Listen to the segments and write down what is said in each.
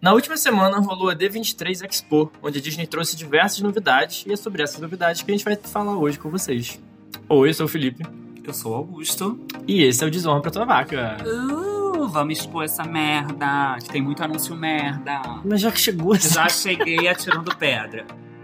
Na última semana rolou a D23 Expo, onde a Disney trouxe diversas novidades, e é sobre essas novidades que a gente vai falar hoje com vocês. Oi, eu sou o Felipe. Eu sou o Augusto. E esse é o Desonra pra Tua Vaca. Vamos expor essa merda, que tem muito anúncio merda. Mas já que chegou assim... Já cheguei atirando pedra.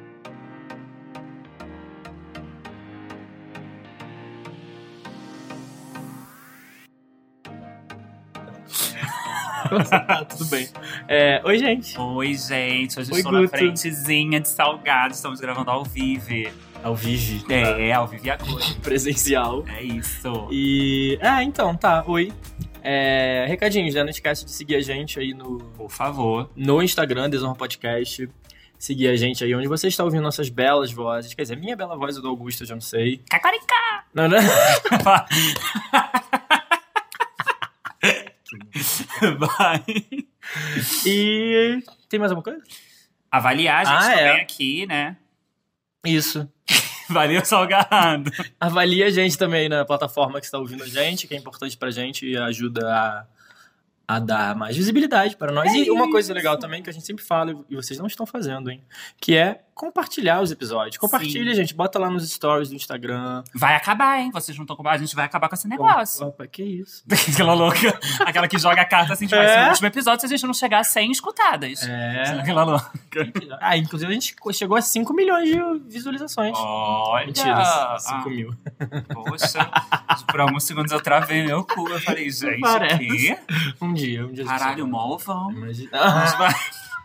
Tudo bem. Oi, gente. Oi, gente. Hoje Oi, estou Guto. na frentezinha de salgado. Estamos gravando ao vivo. Ao Vigi. Ao vivo e agora. Presencial. É isso. E... então, tá. Oi. Recadinhos, né? Não esquece de seguir a gente aí Por favor. no Instagram, Desonra Podcast. Seguir a gente aí onde você está ouvindo nossas belas vozes. Quer dizer, minha bela voz e do Augusto, eu já não sei. Cacaricá! Não. Vai. E tem mais alguma coisa? Avaliar, a gente Ah, também aqui, né? Isso. Valeu, salgado. Avalie a gente também na plataforma que está ouvindo a gente, que é importante pra gente e ajuda a dar mais visibilidade para nós. E uma coisa legal também que a gente sempre fala, e vocês não estão fazendo, hein? Que é compartilhar os episódios. Compartilha, Sim. gente. Bota lá nos stories do Instagram. Vai acabar, hein? Vocês não estão com... A gente vai acabar com esse negócio. Opa, que isso? Aquela louca. Aquela que joga a carta assim, tipo, vai ser o último episódio se a gente não chegar a 100 escutadas. Aquela louca. Inclusive a gente chegou a 5 milhões de visualizações. Olha. Mentira, 5 mil. Poxa. Por alguns segundos eu travei meu cu. Eu falei, gente, Parece. que? Um dia. Caralho, molvão. Imagina. Mas vai.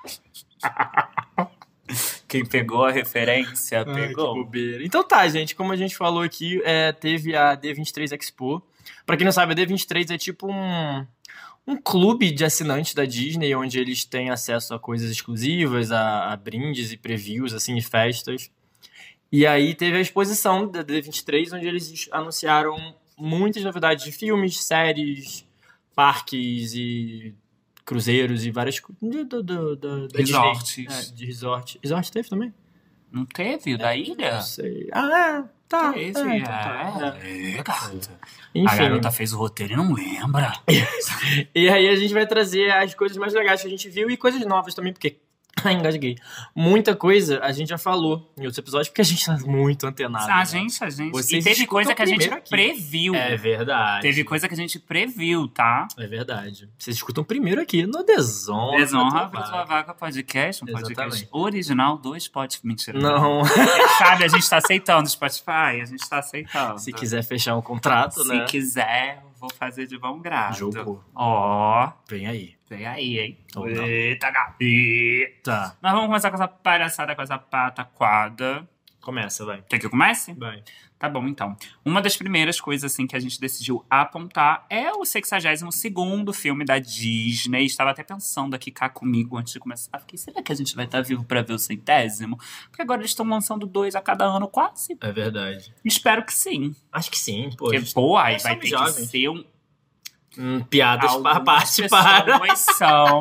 Quem pegou a referência, Ai, pegou. que bobeira. Então tá, gente, como a gente falou aqui, teve a D23 Expo. Pra quem não sabe, a D23 é tipo um clube de assinantes da Disney, onde eles têm acesso a coisas exclusivas, a brindes e previews, assim, e festas. E aí teve a exposição da D23, onde eles anunciaram muitas novidades de filmes, séries, parques e cruzeiros e várias coisas. Da Resorts. Disney. De resort. Resort teve também? Não teve? O da ilha? Não sei. Tá. Teve. Então tá. Gata. A Enfim. garota fez o roteiro e não lembra. E aí a gente vai trazer as coisas mais legais que a gente viu e coisas novas também, porque... engasguei. Muita coisa a gente já falou em outros episódios, porque a gente tá muito antenado. A né? gente. Vocês E teve coisa que a gente escutam primeiro aqui. previu. É verdade. Teve coisa que a gente previu, tá? É verdade. Vocês escutam primeiro aqui no Desonra. Desonra pra pra Tua Vaca Podcast, um Exatamente. podcast original do Spotify. Mentira. Não. Quem sabe a gente tá aceitando o Spotify, a gente tá aceitando. Se quiser fechar um contrato, Se né? quiser, vou fazer de bom grado. Jogou. Ó, Vem aí. vem aí, hein? Ou não. Eita, gaveta. Tá. Mas vamos começar com essa palhaçada, com essa pataquada. Começa, vai. Quer que eu comece? Vai. Tá bom, então. Uma das primeiras coisas assim que a gente decidiu apontar é o 62º filme da Disney. Estava até pensando aqui cá comigo antes de começar. Fiquei, será que a gente vai estar vivo pra ver o 100º? Porque agora eles estão lançando 2 a cada ano quase. É verdade. Espero que sim. Acho que sim, pô. Porque, pô, aí nós vai somos ter jovens. que ser um... Piadas para Algumas participar. pessoas são...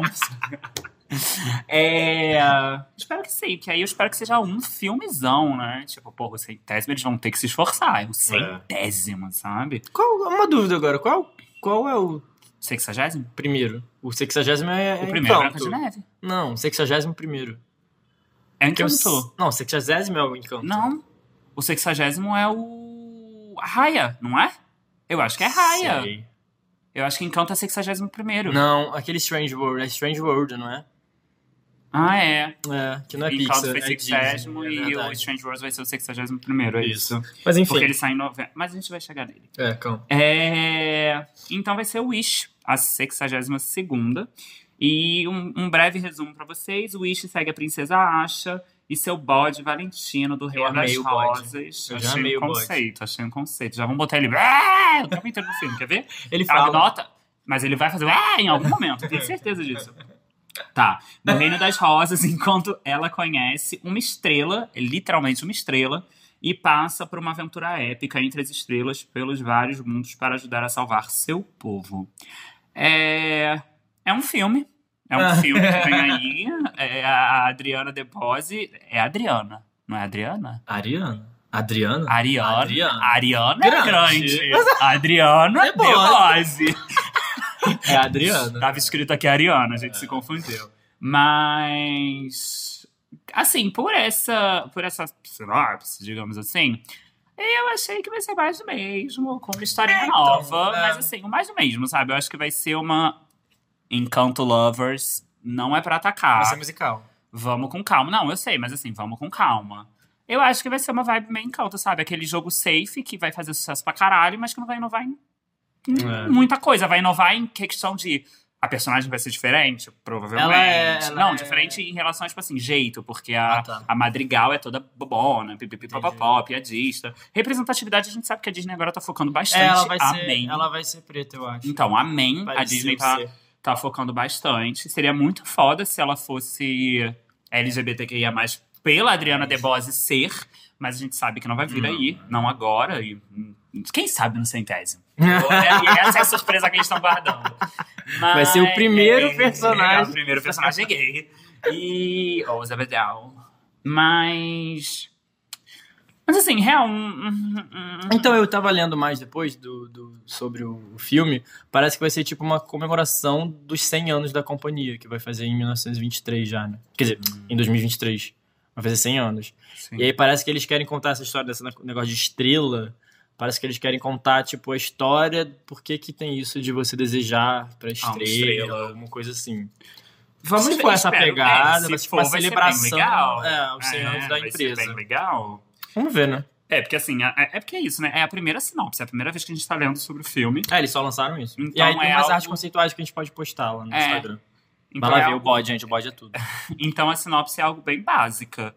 Espero que sim, que aí eu espero que seja um filmezão, né? Tipo, porra, o 100º eles vão ter que se esforçar. É o 100º, sabe? Uma dúvida agora. Qual é o 60º? primeiro? O 60º é O primeiro é Branca Encanto. de Neve. Não, 61º. É Que eu- Encanto. Não, 60º é o Encanto. Não, o 60º é o... A Raya, não é? Eu acho que é Raya. Sei. Eu acho que Encanto é 61º. Não, aquele Strange World. É Strange World, não é? Ah, é. Que não é Encanto Pixar. foi é 60º Disney, é e o verdade. Strange World vai ser o 61º, é isso. Mas enfim. Porque ele sai em novembro. Mas a gente vai chegar nele. Calma. Então vai ser o Wish, a 62ª. E um breve resumo pra vocês. O Wish segue a princesa Asha e seu bode Valentino do Reino das amei o bode. Rosas. Eu já amei o bode. Achei um conceito. Já vamos botar ele o tempo inteiro no filme, quer ver? Ele A fala. nota, mas ele vai fazer em algum momento, tenho certeza disso. Tá, no Reino das Rosas, enquanto ela conhece uma estrela, literalmente uma estrela, e passa por uma aventura épica entre as estrelas pelos vários mundos para ajudar a salvar seu povo. É um filme. É um filme que vem aí. A Adriana DeBose. É Adriana, não é Adriana? Ariana? Adriana? Ariana é grande. Adriana DeBose. DeBose. É a Adriana. Tava escrito aqui Ariana, a gente se confundiu. Mas, assim, por essa sinopse, digamos assim, eu achei que vai ser mais do mesmo, com uma historinha nova. Mas, assim, o mais do mesmo, sabe? Eu acho que vai ser uma Encanto Lovers, não é pra atacar. Vai ser musical. Vamos com calma. Não, eu sei, mas assim, vamos com calma. Eu acho que vai ser uma vibe meio Encanto, sabe? Aquele jogo safe que vai fazer sucesso pra caralho, mas que não vai inovar em muita coisa. Vai inovar em questão de... A personagem vai ser diferente? Provavelmente. Diferente em relação a, tipo assim, jeito. Porque a Madrigal é toda bobona, pipipipopopó, piadista. Representatividade, a gente sabe que a Disney agora tá focando bastante. Ela vai ser preta, eu acho. Então, amém. A Disney tá focando bastante. Seria muito foda se ela fosse LGBTQIA+, pela Adriana DeBose ser, mas a gente sabe que não vai vir aí, não agora, e quem sabe no 100º. E essa é a surpresa que eles estão guardando. Mas, vai ser o primeiro personagem. O primeiro personagem gay. E... Ou Zabedel. Mas assim, real... Então, eu tava lendo mais depois sobre o filme. Parece que vai ser tipo uma comemoração dos 100 anos da companhia, que vai fazer em 1923 já, né? Quer dizer, em 2023. Vai fazer 100 anos. Sim. E aí parece que eles querem contar essa história desse negócio de estrela. Parece que eles querem contar, tipo, a história... Por que tem isso de você desejar pra estrela, alguma coisa assim. Vamos se for essa pegada, vai ser uma celebração. Legal. Os 100 anos da empresa. Vai ser bem legal. Vamos ver, né? Porque assim, porque é isso, né? É a primeira sinopse, é a primeira vez que a gente tá lendo sobre o filme. Eles só lançaram isso. Então, e aí tem umas artes conceituais que a gente pode postar lá no Instagram. Então vai lá ver o bode, gente, o bode é tudo. Então a sinopse é algo bem básica,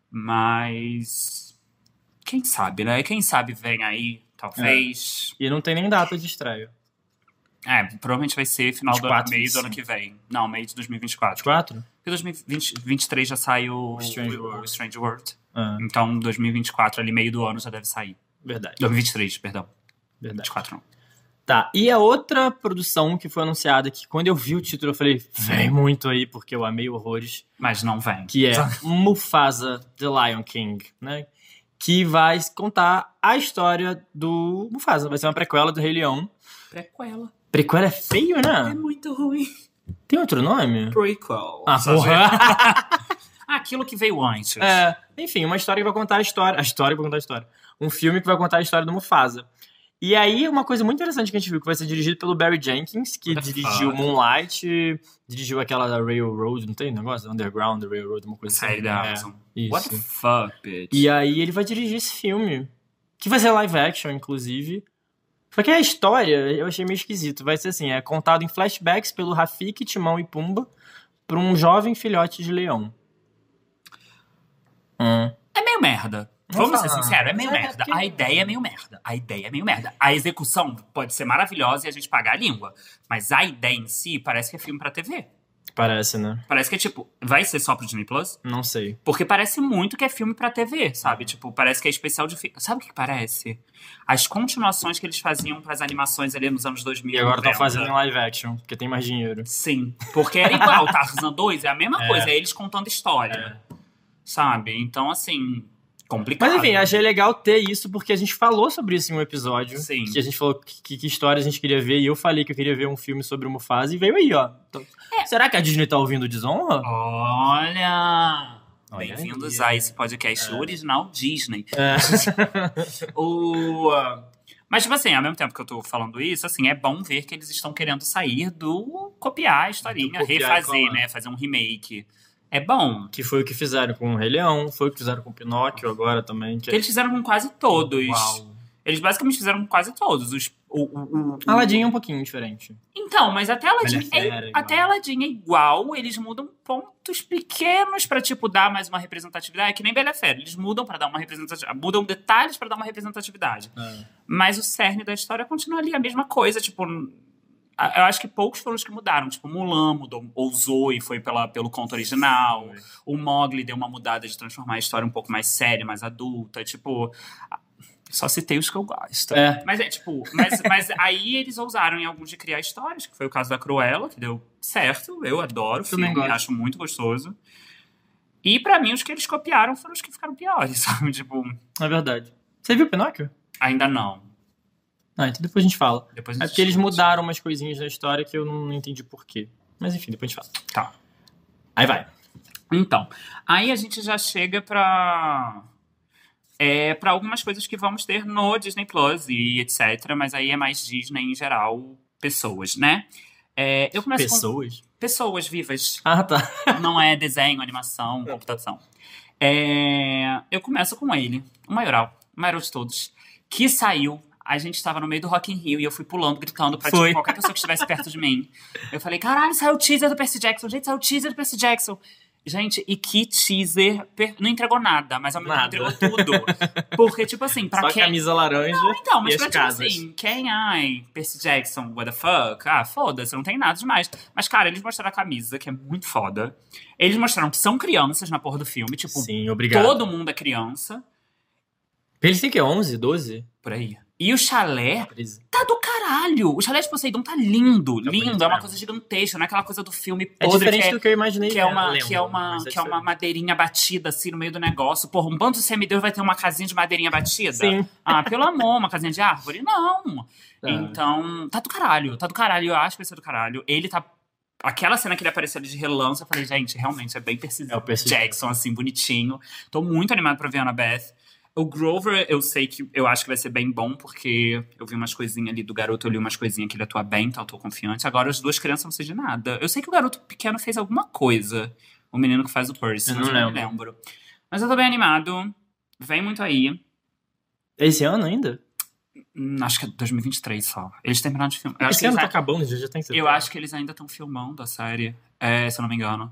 mas... Quem sabe, né? Quem sabe vem aí, talvez... E não tem nem data de estreia. Provavelmente vai ser meio do ano que vem. Não, meio de 2024. 24? Porque 2023 já sai o Strange World. Então, 2024, ali, meio do ano, já deve sair. Verdade. 2023, perdão. Verdade. 24 não. Tá, e a outra produção que foi anunciada, que quando eu vi o título eu falei, vem muito aí, porque eu amei horrores. Mas não vem. Que é Mufasa, The Lion King, né? Que vai contar a história do Mufasa. Vai ser uma prequela do Rei Leão. Prequela. Prequela é feio, né? É muito ruim. Tem outro nome? Prequel. Porra. Aquilo que veio antes. Enfim, uma história que vai contar a história. A história que vai contar a história. Um filme que vai contar a história do Mufasa. E aí, uma coisa muito interessante que a gente viu, que vai ser dirigido pelo Barry Jenkins, que dirigiu Moonlight, dirigiu aquela da Railroad, não tem negócio? Underground, Railroad, uma coisa assim. Série da Amazon. Isso. What the fuck, bitch? E aí, ele vai dirigir esse filme, que vai ser live action, inclusive. Só que a história, eu achei meio esquisito. Vai ser assim, é contado em flashbacks pelo Rafiki, Timão e Pumba, por um jovem filhote de leão. É meio merda. Vamos ser sinceros, é meio merda. A ideia é meio merda. A execução pode ser maravilhosa e a gente pagar a língua. Mas a ideia em si parece que é filme pra TV. Parece, né? Parece que é tipo, vai ser só pro Disney Plus? Não sei. Porque parece muito que é filme pra TV, sabe? Tipo, parece que é especial de... Sabe o que parece? As continuações que eles faziam pras animações ali nos anos 2000. E agora estão fazendo em live action, porque tem mais dinheiro. Sim, porque era igual. Tarzan 2 é a mesma coisa, é eles contando história. Sabe? Então, assim... complicado. Mas enfim, achei legal ter isso, porque a gente falou sobre isso em um episódio. Sim. Que a gente falou que história a gente queria ver, e eu falei que eu queria ver um filme sobre o Mufasa, e veio aí, ó. Então, será que a Disney tá ouvindo Desonra? Olha bem-vindos a esse podcast original Disney. Mas, tipo assim, ao mesmo tempo que eu tô falando isso, assim, é bom ver que eles estão querendo sair do copiar a historinha, refazer, né? Fazer um remake. É bom. Que foi o que fizeram com o Rei Leão, foi o que fizeram com o Pinóquio agora também. Que eles fizeram com quase todos. Uau. Eles basicamente fizeram com quase todos. Aladdin é um pouquinho diferente. Então, mas até Aladdin é igual. Eles mudam pontos pequenos pra, tipo, dar mais uma representatividade. É que nem Bela Fera. Eles mudam pra dar uma representatividade. Mudam detalhes pra dar uma representatividade. Mas o cerne da história continua ali. A mesma coisa, tipo... Eu acho que poucos foram os que mudaram. Tipo, Mulan mudou, ousou e foi pelo conto original. O Mowgli deu uma mudada de transformar a história um pouco mais séria, mais adulta. Tipo, só citei os que eu gosto. Mas mas aí eles ousaram em alguns de criar histórias, que foi o caso da Cruella, que deu certo. Eu adoro o filme, acho muito gostoso. E pra mim, os que eles copiaram foram os que ficaram piores, sabe? Tipo... É verdade. Você viu Pinóquio? Ainda não. Então depois a gente fala. É porque eles mudaram umas coisinhas na história que eu não entendi por quê. Mas enfim, depois a gente fala. Tá. Aí vai. Então, aí a gente já chega pra algumas coisas que vamos ter no Disney Plus e etc. Mas aí é mais Disney em geral, pessoas, né? Eu começo Pessoas? com pessoas vivas. Ah, tá. Não é desenho, animação, computação. Eu começo com ele, o maior de todos, que saiu. A gente tava no meio do Rock in Rio e eu fui pulando, gritando pra tipo, qualquer pessoa que estivesse perto de mim. Eu falei, caralho, saiu o teaser do Percy Jackson. Gente, saiu o teaser do Percy Jackson. Gente, e que teaser... Não entregou nada, mas ao mesmo tempo entregou tudo. Porque, tipo assim, pra Só quem... camisa laranja Não, então, mas e pra as tipo casas. assim, Percy Jackson, what the fuck? Ah, foda-se, não tem nada demais. Mas, cara, eles mostraram a camisa, que é muito foda. Eles mostraram que são crianças na porra do filme. Tipo, Sim, obrigado. todo mundo é criança. Eles têm que 11, 12? Por aí. E o chalé 13. tá do caralho. O chalé de Poseidon tá lindo. Tá lindo. bonito É uma mesmo. coisa gigantesca. Não é aquela coisa do filme É podre diferente do que eu imaginei. que é uma mas diferente. madeirinha batida assim no meio do negócio. Porra, um bando de semideus vai ter uma casinha de madeirinha batida? Sim. Ah, pelo amor, uma casinha de árvore? Não. Ah. Então, tá do caralho. Tá do caralho. Eu acho que vai ser do caralho. Ele tá... Aquela cena que ele apareceu ali de relance, eu falei, gente, realmente é bem Percy É o Percy Jackson, assim, bonitinho. Tô muito animado pra ver a Annabeth. O Grover, eu acho que vai ser bem bom, porque eu vi umas coisinhas ali do garoto, eu li umas coisinhas que ele atua bem, então eu tô confiante. Agora, as duas crianças não sei de nada. Eu sei que o garoto pequeno fez alguma coisa. O menino que faz o Percy, Eu mas não eu não me lembro. Mas eu tô bem animado. Vem muito aí. Esse ano ainda? Acho que é 2023 só. Eles terminaram de filmar. Esse ano tá acabando, já tem que ser. Eu acho que eles ainda estão filmando a série, se eu não me engano.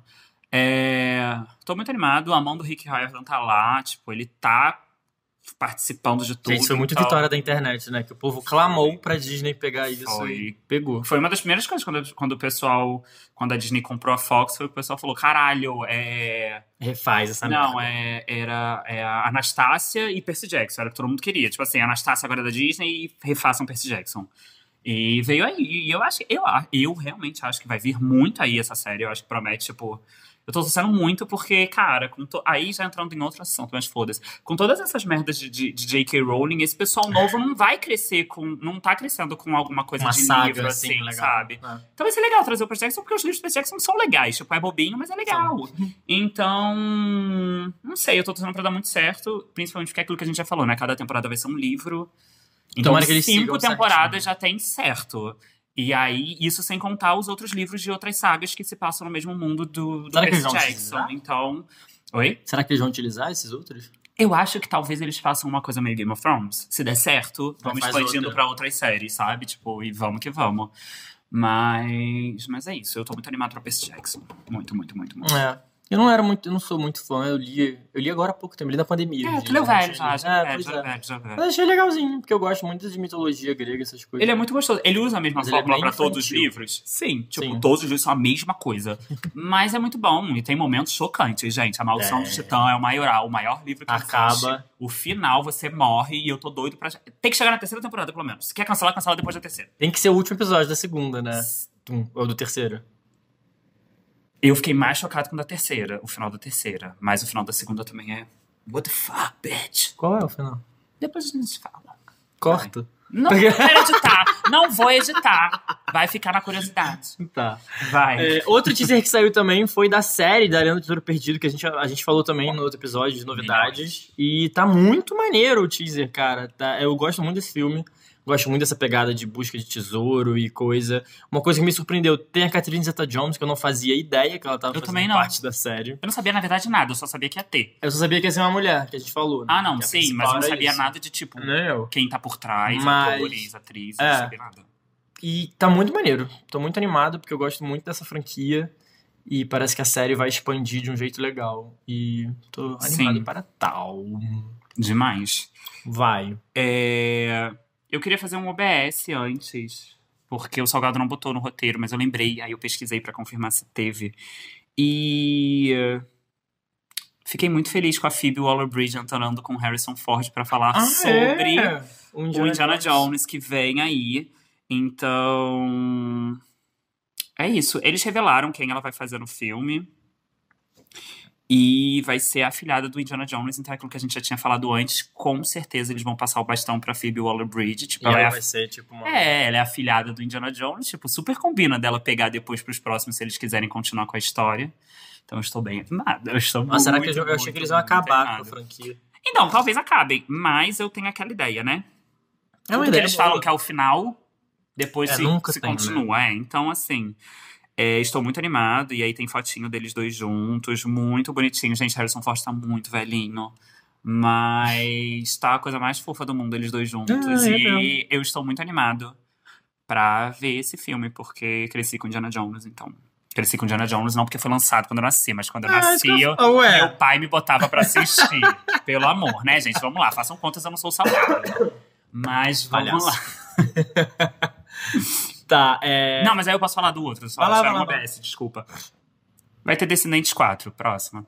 Tô muito animado. A mão do Rick Riordan tá lá. Tipo, ele tá participando de tudo. Gente, foi muito então... vitória da internet, né? Que o povo clamou pra Disney pegar isso e pegou. Foi uma das primeiras coisas quando a Disney comprou a Fox, foi o pessoal falou, caralho, Refaz essa merda. Não, era a Anastácia e Percy Jackson, era o que todo mundo queria. Tipo assim, a Anastácia agora é da Disney e refaçam Percy Jackson. E veio aí, e eu realmente acho que vai vir muito aí essa série, eu acho que promete, tipo... Eu tô torcendo muito porque, cara, aí já entrando em outro assunto, mas foda-se. Com todas essas merdas de J.K. Rowling, esse pessoal novo não vai crescer não tá crescendo com alguma coisa Uma de saga, livro, assim, legal. sabe? Então vai ser legal trazer o Percy Jackson, porque os livros do Percy Jackson são legais. Tipo, é bobinho, mas é legal. Então, não sei, eu tô torcendo pra dar muito certo, principalmente porque é aquilo que a gente já falou, né? Cada temporada vai ser um livro. Então, Tomara que eles 5 sigam temporadas certinho. já tem certo. E aí, isso sem contar os outros livros de outras sagas que se passam no mesmo mundo do Será que Percy eles vão Jackson. utilizar? Então... Oi? Será que eles vão utilizar esses outros? Eu acho que talvez eles façam uma coisa meio Game of Thrones. Se der certo, vamos faz expandindo outra. pra outras séries, sabe? Tipo, e vamos que vamos. Mas é isso. Eu tô muito animado pra Percy Jackson. Muito, muito, muito, muito. Eu não sou muito fã, eu li agora há pouco tempo, li na pandemia. Tu leu velho já, pois é. já. Mas achei legalzinho, porque eu gosto muito de mitologia grega, essas coisas. Ele é muito gostoso. Ele usa a mesma Mas ele é fórmula bem pra todos os infantil. livros? Sim. Tipo, Sim. todos os livros são a mesma coisa. Mas é muito bom. E tem momentos chocantes, gente. A Maldição do Titã é o maior livro que Acaba. existe. O final, você morre e eu tô doido pra... Tem que chegar na terceira temporada, pelo menos. Se quer cancelar, cancela depois da terceira. Tem que ser o último episódio da segunda, né? Ou do terceiro. Eu fiquei mais chocado com o da terceira. O final da terceira. Mas o final da segunda também é... What the fuck, bitch? Qual é o final? Depois a gente fala. Corta? Não quero editar. Não vou editar. Vai ficar na curiosidade. Tá. Vai. Outro teaser que saiu também foi da série da Ariana do Tesouro Perdido, que a gente falou também no outro episódio de novidades. E tá muito maneiro o teaser, cara. Eu gosto muito desse filme. Gosto muito dessa pegada de busca de tesouro e coisa. Uma coisa que me surpreendeu, tem a Catherine Zeta-Jones, que eu não fazia ideia que ela tava fazendo parte da série. Eu não sabia, na verdade, nada. Eu só sabia que ia ter. Eu só sabia que ia ser uma mulher, que a gente falou. Né? Ah, não, Que a sim. Mas eu não principal sabia era nada de, tipo, Não. quem tá por trás, Mas- atores, atrizes. Não sabia nada. E tá muito maneiro. Tô muito animado, porque eu gosto muito dessa franquia. E parece que a série vai expandir de um jeito legal. E tô animado Sim. para tal. Demais. Vai. Eu queria fazer um OBS antes, porque o Salgado não botou no roteiro, mas eu lembrei, aí eu pesquisei pra confirmar se teve. E fiquei muito feliz com a Phoebe Waller-Bridge entrando com Harrison Ford pra falar sobre o Indiana Jones que vem aí. Então, é isso. Eles revelaram quem ela vai fazer no filme. E vai ser a afilhada do Indiana Jones, então é aquilo que a gente já tinha falado antes. Com certeza eles vão passar o bastão pra Phoebe Waller-Bridge. Tipo, E ela ela vai ser tipo uma... ela é a afilhada do Indiana Jones. Tipo, super combina dela pegar depois pros próximos, se eles quiserem continuar com a história. Então eu estou bem animada. Eu estou Nossa, será que muito, eu achei muito, que eles iam muito acabar com a animada. franquia? Então, talvez acabem, mas eu tenho aquela ideia, né? É uma Tudo que ideia eles boa. falam que é o final, depois nunca se tem, né? continua. Então, assim, estou muito animado. E aí tem fotinho deles dois juntos, muito bonitinho. Gente, Harrison Ford tá muito velhinho. Mas tá a coisa mais fofa do mundo, eles dois juntos. É E mesmo. eu estou muito animado pra ver esse filme, porque cresci com Indiana Jones, então. Cresci com Indiana Jones, não porque foi lançado quando eu nasci, mas quando eu nasci, meu pai me botava pra assistir. Pelo amor, né, gente? Vamos lá, façam contas, eu não sou saudável. Mas vamos Palhaço. lá. Tá, Não, mas aí eu posso falar do outro, só Vai lá, era vai lá, uma vai lá. OBS, desculpa. Vai ter Descendentes 4, próxima.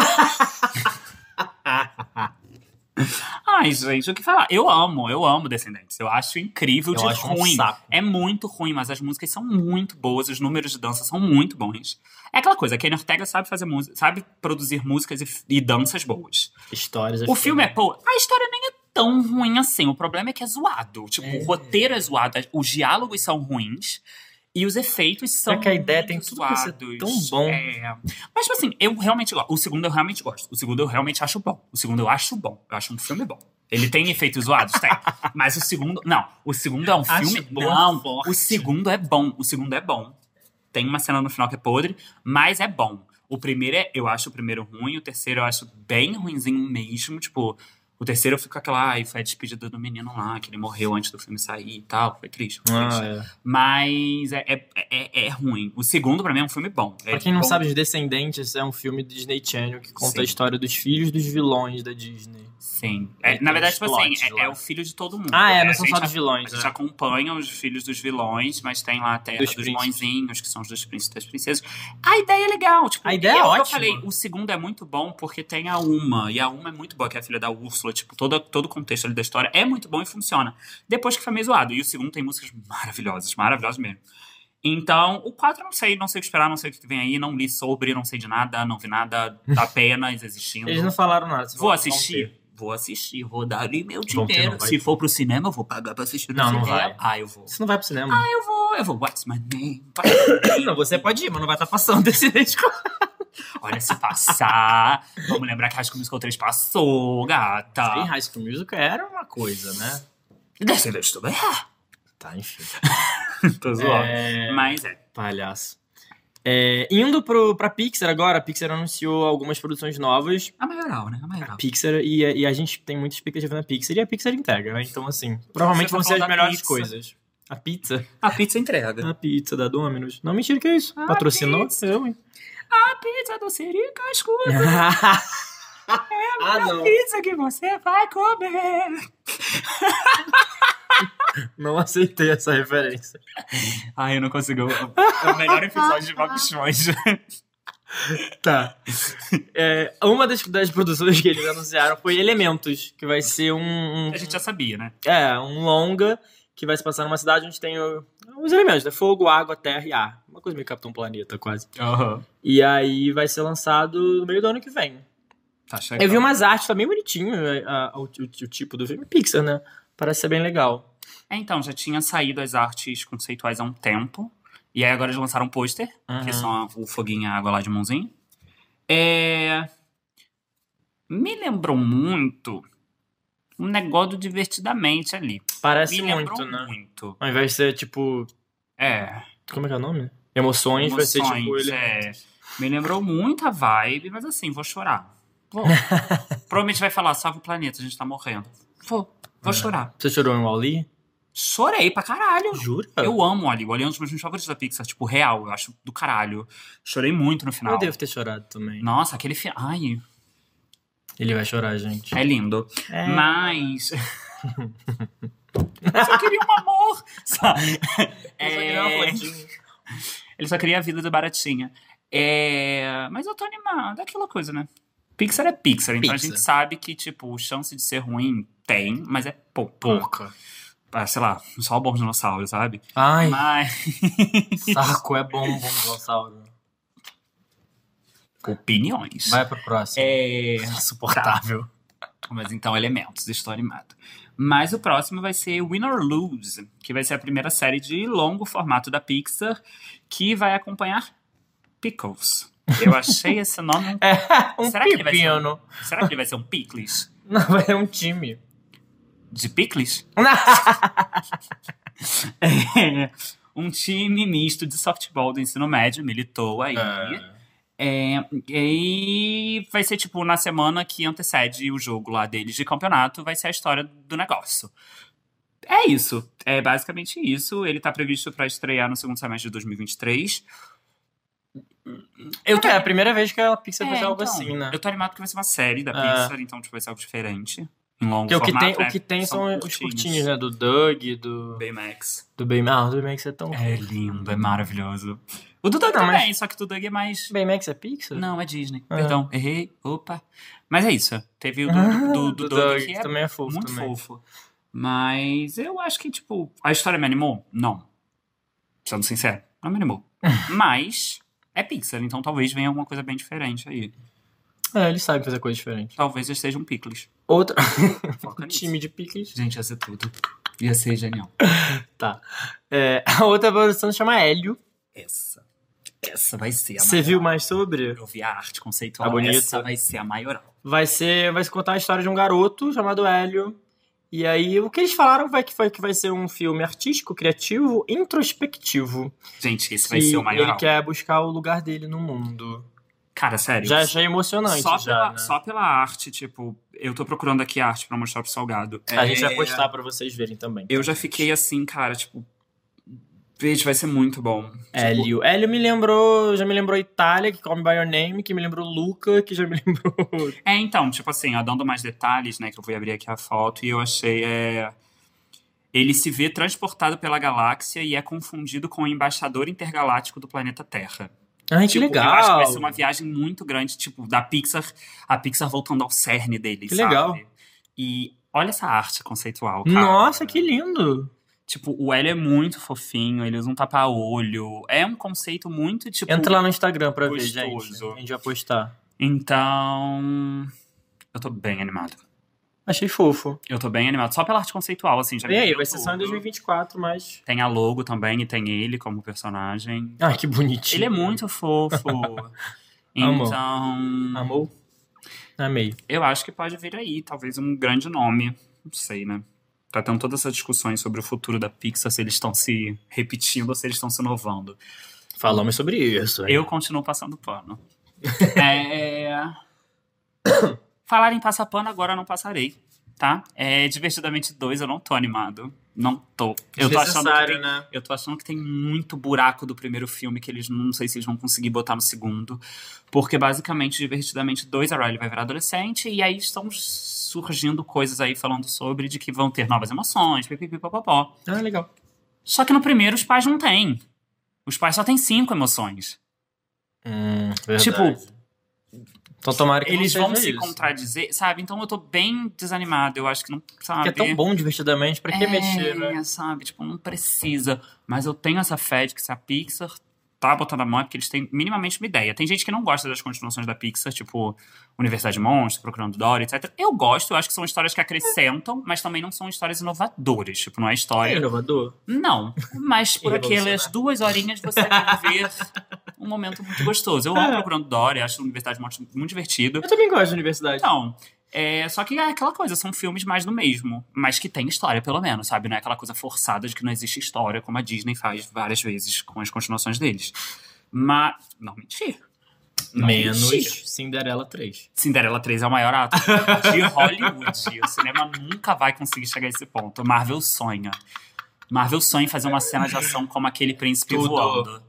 Ai, gente, o que falar? Eu amo Descendentes. Eu acho incrível Eu de acho um ruim. saco. É muito ruim, mas as músicas são muito boas, os números de dança são muito bons. É aquela coisa, a Kenny Ortega sabe fazer música, sabe produzir músicas e danças boas. Histórias. O filme é, pô, a história nem é tão ruim assim. O problema é que é zoado. Tipo, o roteiro é zoado, os diálogos são ruins. E os efeitos são É que a ideia muito tem tudo pra ser zoados. tão bom. Mas, tipo assim, eu realmente gosto. O segundo eu realmente gosto. O segundo eu realmente acho bom. O segundo eu acho bom. Eu acho um filme bom. Ele tem efeitos zoados? Tem. Mas o segundo... Não. O segundo é um Acho filme... bom, Não. forte. O segundo é bom. O segundo é bom. Tem uma cena no final que é podre, mas é bom. O primeiro eu acho o primeiro ruim. O terceiro eu acho bem ruinzinho mesmo. Tipo... O terceiro eu fico com aquela... Ai, foi a despedida do menino lá, que ele morreu antes do filme sair e tal. Foi triste. Foi triste. É. Mas é ruim. O segundo, pra mim, é um filme bom. Pra quem não bom. sabe, Os Descendentes é um filme do Disney Channel que conta Sim. a história dos filhos dos vilões da Disney. Sim. Aí Na tem verdade, os tipo assim, plots lá. é o filho de todo mundo. Ah, né? não são A só gente dos vilões. A gente acompanha os filhos dos vilões, mas tem lá a terra Dos dos príncipes. bonzinhos, que são os dos príncipes e das princesas. A ideia é legal. Tipo, A ideia e é o que eu ótima. falei, o segundo é muito bom porque tem a Uma. E a Uma é muito boa, que é a filha da Úrsula. Tipo, todo o contexto ali da história é muito bom e funciona. Depois que foi meio zoado. E o segundo tem músicas maravilhosas mesmo. Então, o 4 eu não sei o que esperar, não sei o que vem aí, não li sobre, não sei de nada, não vi nada, apenas existindo. Eles não falaram nada. Vou assistir, vou dar ali meu Vão ter, dinheiro. não vai Se ter. for pro cinema, eu vou pagar pra assistir no Não, não cinema. vai. Ah, eu vou. Você não vai pro cinema. Eu vou. What's my name? Não, você pode ir, mas não vai estar passando Descendentes. Olha, se passar. Vamos lembrar que High School Musical 3 passou, gata. Em High School Musical era uma coisa, né? Descendentes também. Tá, enfim. Tô zoando. Mas Palhaço. Indo pra Pixar agora, a Pixar anunciou algumas produções novas. a maioral, né? A maioral. Pixar, e a gente tem muita expectativa na Pixar, e a Pixar entrega, né? Então, assim, provavelmente Você tá vão ser as falando da melhores pizza. coisas. A pizza? A pizza entrega. A pizza da Domino's. Não, mentira, que é isso? Patrocinou? pizza. Eu, hein? A pizza do Siri Cascudo. Ah, não. Pizza que você vai comer. Não aceitei essa referência. Ai, eu não consigo. É o melhor episódio de Bob Esponja. Tá. Uma das produções que eles anunciaram foi Elementos, que vai ser A gente já sabia, né? um longa que vai se passar numa cidade onde tem os elementos, né? Fogo, água, terra e ar. Uma coisa meio Capitão Planeta, quase. E aí vai ser lançado no meio do ano que vem. Tá chegando. Eu vi umas artes, tá bem bonitinho o tipo do filme. Pixar, né? Parece ser bem legal. Então, já tinha saído as artes conceituais há um tempo. E aí agora eles lançaram um pôster, que são o foguinho e a água lá de mãozinha. Me lembrou muito um negócio do Divertidamente ali. Parece Me lembrou muito, né? muito. Ao invés de ser, tipo... Como é que é o nome? Emoções vai ser, tipo... Me lembrou muito a vibe, mas assim, vou chorar. Vou. Provavelmente vai falar, salve o planeta, a gente tá morrendo. Vou chorar. Você chorou em Wall-E? Chorei pra caralho. Jura? Eu amo o Wall-E. O Wall-E é um dos meus filmes favoritos da Pixar. Tipo, real. Eu acho do caralho. Chorei muito no final. Eu devo ter chorado também. Nossa, aquele final... Ai, Ele vai chorar, gente. é lindo. Mas... Eu só queria um amor. Ele só queria a vida do Baratinha. Mas eu tô animada. É aquela coisa, né? Pixar é Pixar. Então a gente sabe que, tipo, chance de ser ruim tem, mas é pouca. Sei lá, só o Bom Dinossauro, sabe? Ai, Mas... saco, é bom dinossauro. Opiniões. Vai pro próximo. Insuportável. Mas então, Elementos, estou animado. Mas o próximo vai ser Win or Lose, que vai ser a primeira série de longo formato da Pixar, que vai acompanhar Pickles. Eu achei esse nome... Um Será que ele vai ser pepino. Será que ele vai ser um picles? Não, vai ser um time. De picles? É, um time misto de softball do ensino médio militou aí. E vai ser, tipo, na semana que antecede o jogo lá deles de campeonato, vai ser a história do negócio. É isso. É basicamente isso. Ele tá previsto pra estrear no segundo semestre de 2023. É a primeira vez que a Pixar faz algo assim, né? Eu tô animado que vai ser uma série da Pixar, então tipo, vai ser algo diferente. Em longo Porque formato. o que tem são os curtinhos, né? Do Doug, do Baymax. Do Baymax. O Baymax é tão... É lindo, é maravilhoso. O do Doug Não, também, só que o do Doug é mais... Baymax é Pixar? Não, é Disney. Perdão, errei. Opa. Mas é isso. Teve o do Doug, que também é fofo. muito também. fofo. Mas eu acho que, tipo, a história me animou? Não. Sendo sincero, não me animou. Mas é Pixar, então talvez venha alguma coisa bem diferente aí. Eles sabem fazer coisa diferente. Talvez eles sejam Picles. Outra... Foca nisso. time de Picles. Gente, ia ser tudo. Ia ser genial. Tá. A outra produção se chama Hélio. Essa vai ser a Você viu mais sobre? Eu vi a arte conceitual. Tá bonita. Essa vai ser a maioral. Vai se contar a história de um garoto chamado Hélio. E aí, o que eles falaram foi que vai ser um filme artístico, criativo, introspectivo. Gente, esse vai ser o maioral. Ele quer buscar o lugar dele no mundo. Cara, sério. Já achei emocionante. Só pela arte, tipo... Eu tô procurando aqui a arte pra mostrar pro Salgado. A gente vai postar pra vocês verem também. Eu já fiquei assim, cara, tipo... Gente, vai ser muito bom. Hélio. Hélio já me lembrou Itália, que Call Me By Your Name, que me lembrou Luca, que já me lembrou... Então, tipo assim, ó, dando mais detalhes, né, que eu fui abrir aqui a foto e eu achei, ele se vê transportado pela galáxia e é confundido com o embaixador intergaláctico do planeta Terra. Ai, que legal! Eu acho que vai ser uma viagem muito grande, tipo, da Pixar, a Pixar voltando ao cerne deles, que sabe? Legal! E olha essa arte conceitual, cara. Nossa, que lindo! Tipo, o Hélio é muito fofinho, ele usa um tapa-olho. É um conceito muito, tipo... Entra lá no Instagram pra ver, gostoso. gente. A gente vai postar. Então... Eu tô bem animado. Achei fofo. Eu tô bem animado. Só pela arte conceitual, assim. Já E aí, vai ser só em 2024, mas... Tem a logo também e tem ele como personagem. Ai, que bonitinho. Ele é muito fofo. Então... Amou? Amei. Eu acho que pode vir aí, talvez um grande nome. Não sei, né? Tá tendo todas essas discussões sobre o futuro da Pixar, se eles estão se repetindo ou se eles estão se inovando. Falamos sobre isso. Hein? Eu continuo passando pano. Falar em passar pano, agora eu não passarei, tá? Divertidamente 2, eu não tô animado. Não tô. Eu tô achando que tem muito buraco do primeiro filme que eles não sei se eles vão conseguir botar no segundo. Porque basicamente, Divertidamente 2, a Riley vai virar adolescente e aí estão surgindo coisas aí falando sobre de que vão ter novas emoções, pipipipopopó. Ah, legal. Só que no primeiro os pais não têm. Os pais só têm 5 emoções. Verdade. Tipo, então tomara que eles não vão seja se isso. contradizer, sabe? Então eu tô bem desanimado. Eu acho que não, sabe? Porque é tão bom Divertidamente, pra que mexer, né? Sabe? Tipo, não precisa. Mas eu tenho essa fé de que se a Pixar tá botando a mão é porque eles têm minimamente uma ideia. Tem gente que não gosta das continuações da Pixar, tipo Universidade de Monstros, Procurando Dory, etc. Eu gosto, eu acho que são histórias que acrescentam, mas também não são histórias inovadoras. Tipo, não é história... É inovador? Não, mas por aquelas 2 horinhas você vai ver um momento muito gostoso. Eu amo Procurando Dory, acho a Universidade de Monstros muito divertido. Eu também gosto de Universidade. Então... só que é aquela coisa, são filmes mais do mesmo, mas que tem história, pelo menos, sabe? Não é aquela coisa forçada de que não existe história, como a Disney faz várias vezes com as continuações deles. Mas, não mentir. Menos Cinderela 3. Cinderela 3 é o maior ato de Hollywood. O cinema nunca vai conseguir chegar a esse ponto. Marvel sonha. Marvel sonha em fazer uma cena de ação como aquele príncipe voando.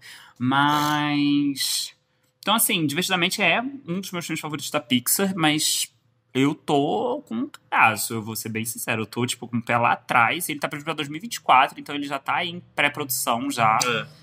Mas... Então, assim, Divertidamente é um dos meus filmes favoritos da Pixar, mas... Eu tô com um caso, eu vou ser bem sincero. Eu tô, tipo, com o pé lá atrás. Ele tá previsto pra 2024, então ele já tá em pré-produção já.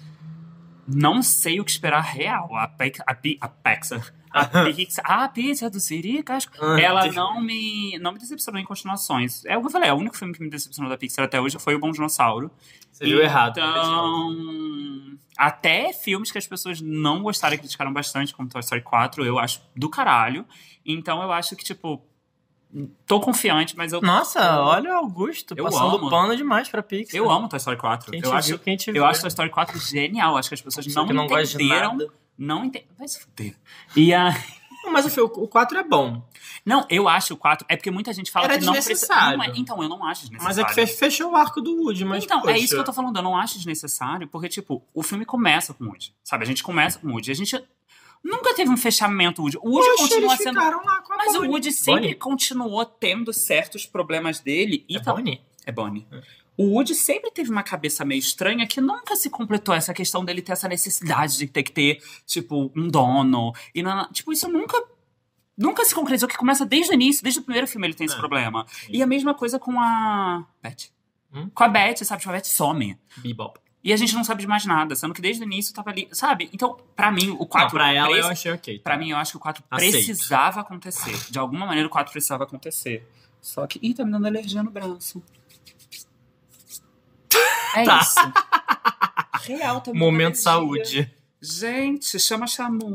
Não sei o que esperar real. A Pixar. A Pixar do Siricas. Ela não me decepcionou em continuações. É o que eu falei, o único filme que me decepcionou da Pixar até hoje foi O Bom Dinossauro. Você viu errado. Então, até filmes que as pessoas não gostaram e criticaram bastante, como Toy Story 4, eu acho do caralho. Então eu acho que, tipo, tô confiante, mas eu... Nossa, olha o Augusto, passando pano demais pra Pixar. Eu amo Toy Story 4. Eu acho Toy Story 4 genial. Acho que as pessoas não entenderam Não entendo. Vai se fuder. E a... Mas o 4 é bom. Não, eu acho o 4. É porque muita gente fala Era que não precisa. desnecessário. Não é, então, eu não acho desnecessário. Mas é que fechou o arco do Woody, mas Então, poxa. é isso que eu tô falando. Eu não acho desnecessário, porque, tipo, o filme começa com o Woody. Sabe? A gente começa com o Woody. A gente nunca teve um fechamento Woody. O Woody Poxa, continua eles sendo. ficaram lá com a Mas Bonnie. o Woody sempre Bonnie? continuou tendo certos problemas dele. E É Bonnie? É Bonnie. O Woody sempre teve uma cabeça meio estranha que nunca se completou essa questão dele ter essa necessidade de ter que ter, tipo, um dono. E tipo, isso nunca se concretizou, que começa desde o início, desde o primeiro filme ele tem esse problema. Sim. E a mesma coisa com a Beth. Com a Beth, sabe? Tipo, a Beth some. Bebop. E a gente não sabe de mais nada, sendo que desde o início tava ali, sabe? Então, pra mim, o 4... Não, pra ela eu achei ok. Pra mim, eu acho que o 4 Aceito. precisava acontecer. De alguma maneira, o 4 precisava acontecer. Só que... Ih, tá me dando alergia no braço. É isso. Real, tá me dando Momento alergia. saúde. Gente, chama Xamu.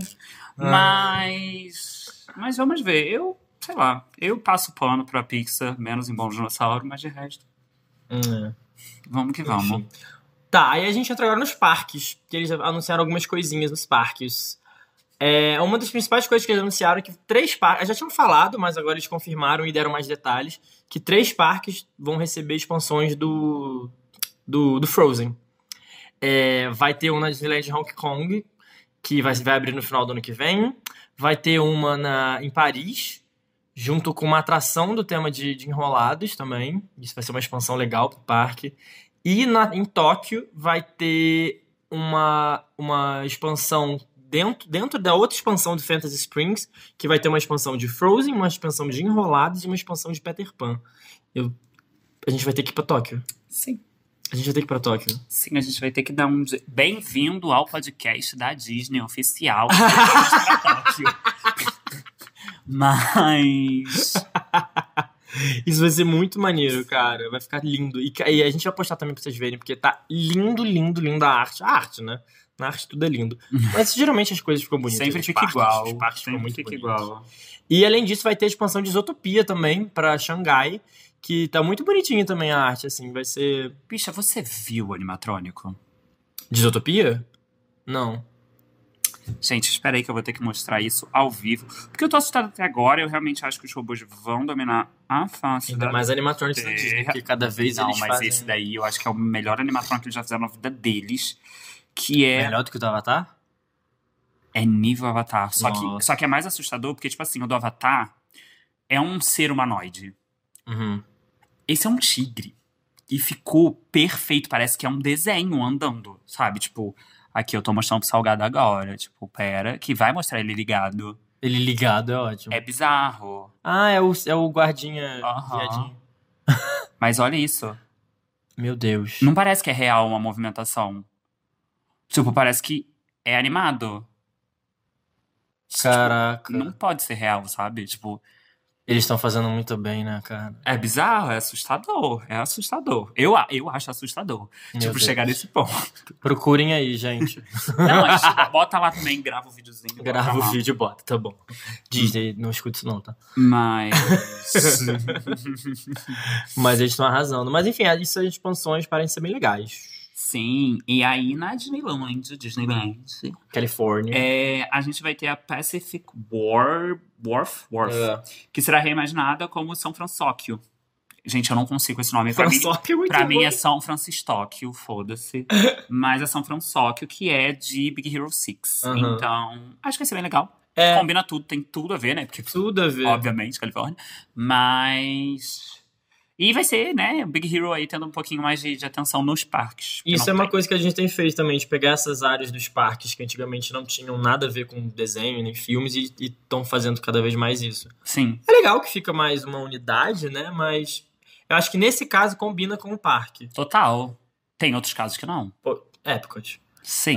Mas vamos ver. Eu, sei lá, eu passo pano pra Pixar, menos em Bom Dinossauro, mas de resto, vamos que vamos. Enfim. Tá, aí a gente entra agora nos parques, que eles anunciaram algumas coisinhas nos parques. Uma das principais coisas que eles anunciaram é que 3 parques, já tinham falado, mas agora eles confirmaram e deram mais detalhes, que 3 parques vão receber expansões do Frozen. Vai ter uma na Disneyland Hong Kong, que vai abrir no final do ano que vem. Vai ter uma em Paris, junto com uma atração do tema de Enrolados também. Isso vai ser uma expansão legal pro parque. E em Tóquio vai ter uma expansão dentro da outra expansão de Fantasy Springs, que vai ter uma expansão de Frozen, uma expansão de Enrolados e uma expansão de Peter Pan. A gente vai ter que ir pra Tóquio. Sim. A gente vai ter que ir pra Tóquio. Sim, a gente vai ter que dar um... Bem-vindo ao podcast da Disney oficial. Pra Tóquio. Mas... Isso vai ser muito maneiro, cara. Vai ficar lindo. E a gente vai postar também pra vocês verem, porque tá lindo, lindo, lindo a arte. A arte, né? Na arte tudo é lindo. Mas geralmente as coisas ficam bonitas. Sempre fica igual. Os parques ficam muito fica bonitos. igual. E além disso, vai ter a expansão de Zootopia também, pra Xangai. Que tá muito bonitinho também a arte, assim. Vai ser... Bicha, você viu o animatrônico? De Zootopia? Não. Gente, espera aí que eu vou ter que mostrar isso ao vivo. Porque eu tô assustado até agora. Eu realmente acho que os robôs vão dominar a face Ainda da mais animatronics da Disney, porque cada vez Não, eles mas fazem... esse daí eu acho que é o melhor animatrônico que eles já fizeram na vida deles. Que é... Melhor do que o do Avatar? É nível Avatar. Nossa. Só que é mais assustador porque, tipo assim, o do Avatar é um ser humanoide. Uhum. Esse é um tigre. E ficou perfeito. Parece que é um desenho andando, sabe? Tipo, aqui eu tô mostrando pro Salgado agora. Tipo, pera, que vai mostrar ele ligado. Ele ligado é ótimo. É bizarro. Ah, é o guardinha Aham. viadinho. Mas olha isso. Meu Deus. Não parece que é real uma movimentação. Tipo, parece que é animado. Caraca. Tipo, não pode ser real, sabe? Tipo, Eles estão fazendo muito bem, né, cara? é bizarro, é assustador. É assustador. Eu acho assustador. Meu tipo, Deus. chegar nesse ponto. Procurem aí, gente. Não, a gente bota lá também, grava o videozinho. bota Grava lá. o vídeo e bota, tá bom. Disney, não escuta isso não, tá? Mas... Mas eles estão arrasando. Mas enfim, essas expansões parecem ser bem legais. Sim, e aí na Disneyland, Califórnia. a gente vai ter a Pacific Wharf, que será reimaginada como São Francisco. Gente, eu não consigo esse nome. Francisco é muito Pra mim bom. é São Francisco, foda-se. Mas é São Francisco, que é de Big Hero 6. Aham. Então, acho que vai ser bem legal. É. Combina tudo, tem tudo a ver, né? Porque, Tudo a ver. obviamente, Califórnia. Mas... E vai ser, né, o Big Hero aí tendo um pouquinho mais de atenção nos parques. porque Isso não é uma tem. coisa que a gente tem feito também, de pegar essas áreas dos parques que antigamente não tinham nada a ver com desenho nem filmes e estão fazendo cada vez mais isso. Sim. É legal que fica mais uma unidade, né? Mas eu acho que nesse caso combina com o parque. Total. Tem outros casos que não. Pô, Epcot. Sim.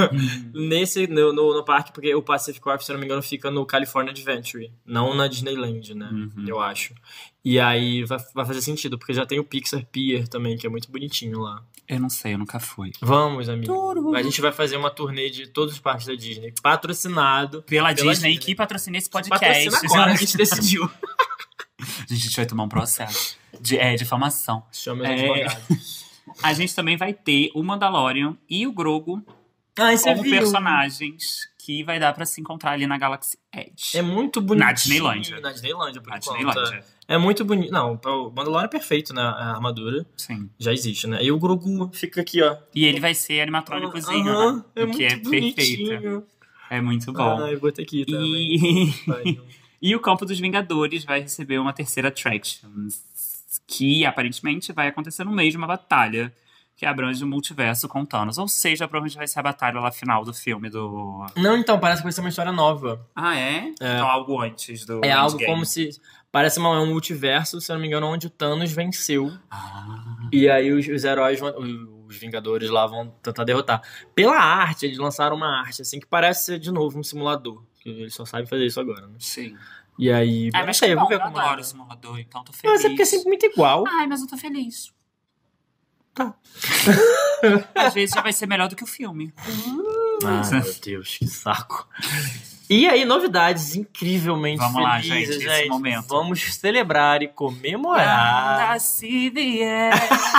No parque, porque o Pacific Wharf, se eu não me engano, fica no California Adventure, não na Disneyland, né? Uhum. Eu acho. E aí vai fazer sentido, porque já tem o Pixar Pier também, que é muito bonitinho lá. Eu não sei, eu nunca fui. Vamos, amigo. A gente vai fazer uma turnê de todos os parques da Disney, patrocinado Pela Disney, que patrocina esse podcast. Patrocina agora, a gente decidiu. A gente vai tomar um processo de difamação. Chama os advogados. A gente também vai ter o Mandalorian e o Grogu Ah, você como viu? personagens que vai dar pra se encontrar ali na Galaxy Edge. É muito bonitinho. Na Disneylândia. Na Disneylândia, por Na enquanto. Disneylândia. É muito bonito. Não, o Mandalorian é perfeito, né? A armadura Sim. já existe, né? E o Grogu fica aqui, ó. E ele vai ser animatrônicozinho, Aham, né? é O que muito é perfeito. bonitinho. É muito bom. Ah, eu botei aqui também. E o Campo dos Vingadores vai receber uma terceira attraction, que aparentemente vai acontecer no meio de uma batalha que abrange o multiverso com Thanos. Ou seja, provavelmente vai ser a batalha lá final do filme do... Não, então, parece que vai ser uma história nova. Ah, é? Então algo antes do É algo Endgame. como se... Parece um multiverso, se eu não me engano, onde o Thanos venceu. Ah. E aí os heróis, os Vingadores lá vão tentar derrotar. Pela arte, eles lançaram uma arte, assim, que parece ser, de novo, um simulador. Eles só sabem fazer isso agora, né? Sim. E aí... Mas sei, eu vamos ver como adoro é. o simulador, então tô feliz. Mas é porque é sempre muito igual. Ai, mas eu tô feliz. Tá. Às vezes já vai ser melhor do que o filme. Ai, meu Deus, que saco. E aí, novidades incrivelmente Vamos lá, felizes, gente, esse momento. Vamos celebrar e comemorar. Anda se vier,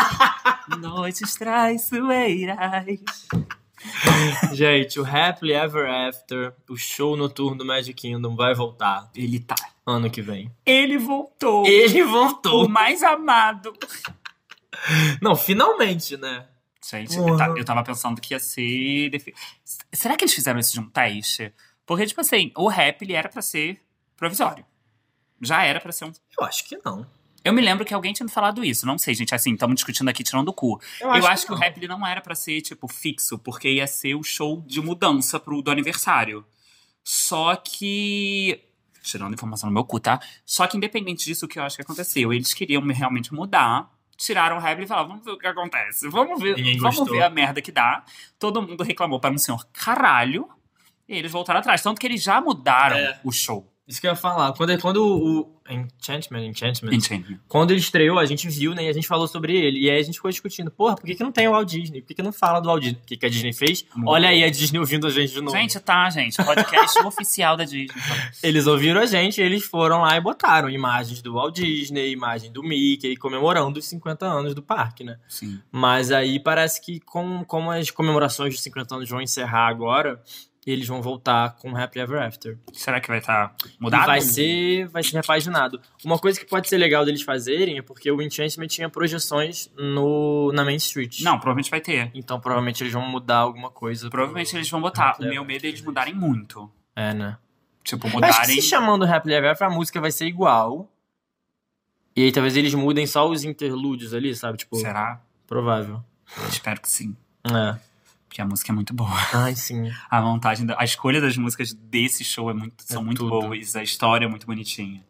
noites traiçoeiras. Gente, o Happily Ever After, o show noturno do Magic Kingdom vai voltar Ele tá. ano que vem. Ele voltou. Ele O voltou. mais amado. Não, finalmente, né? Gente, Porra. eu tava pensando que ia ser... Será que eles fizeram isso de um teste? Porque, tipo assim, o rap, ele era pra ser provisório. Já era pra ser um... Eu acho que não. Eu me lembro que alguém tinha me falado isso. Não sei, gente, assim, estamos discutindo aqui, tirando do cu. Eu acho que o não. rap, ele não era pra ser, tipo, fixo. Porque ia ser o show de mudança do aniversário. Só que... Tirando informação no meu cu, tá? Só que, independente disso, o que eu acho que aconteceu, eles queriam realmente mudar. Tiraram o rap e falaram, vamos ver o que acontece. Vamos ver a merda que dá. Todo mundo reclamou para um senhor caralho. E eles voltaram atrás. Tanto que eles já mudaram o show. Isso que eu ia falar. Quando o Enchantment, Enchantment. quando ele estreou, a gente viu, né? E a gente falou sobre ele. E aí a gente ficou discutindo, porra, por que não tem o Walt Disney? Por que não fala do Walt Disney? O que a Disney fez? Olha aí a Disney ouvindo a gente de novo. Gente, gente. Podcast oficial da Disney. Eles ouviram a gente, eles foram lá e botaram imagens do Walt Disney, imagem do Mickey, comemorando os 50 anos do parque, né? Sim. Mas aí parece que como as comemorações dos 50 anos vão encerrar agora, eles vão voltar com Happy Ever After. Será que vai estar mudado? E vai ser repaginado. Uma coisa que pode ser legal deles fazerem é porque o Enchantment tinha projeções na Main Street. Não, provavelmente vai ter. Então provavelmente eles vão mudar alguma coisa. Provavelmente eles vão botar. O meu medo é eles mudarem muito. É, né? Tipo, Eu mudarem... acho que se chamando Happy Ever After, a música vai ser igual. E aí talvez eles mudem só os interlúdios ali, sabe? Tipo, Será? provável. Espero que sim. É. Porque a música é muito boa. Ai, sim. A montagem, a escolha das músicas desse show são muito tudo. boas. A história é muito bonitinha.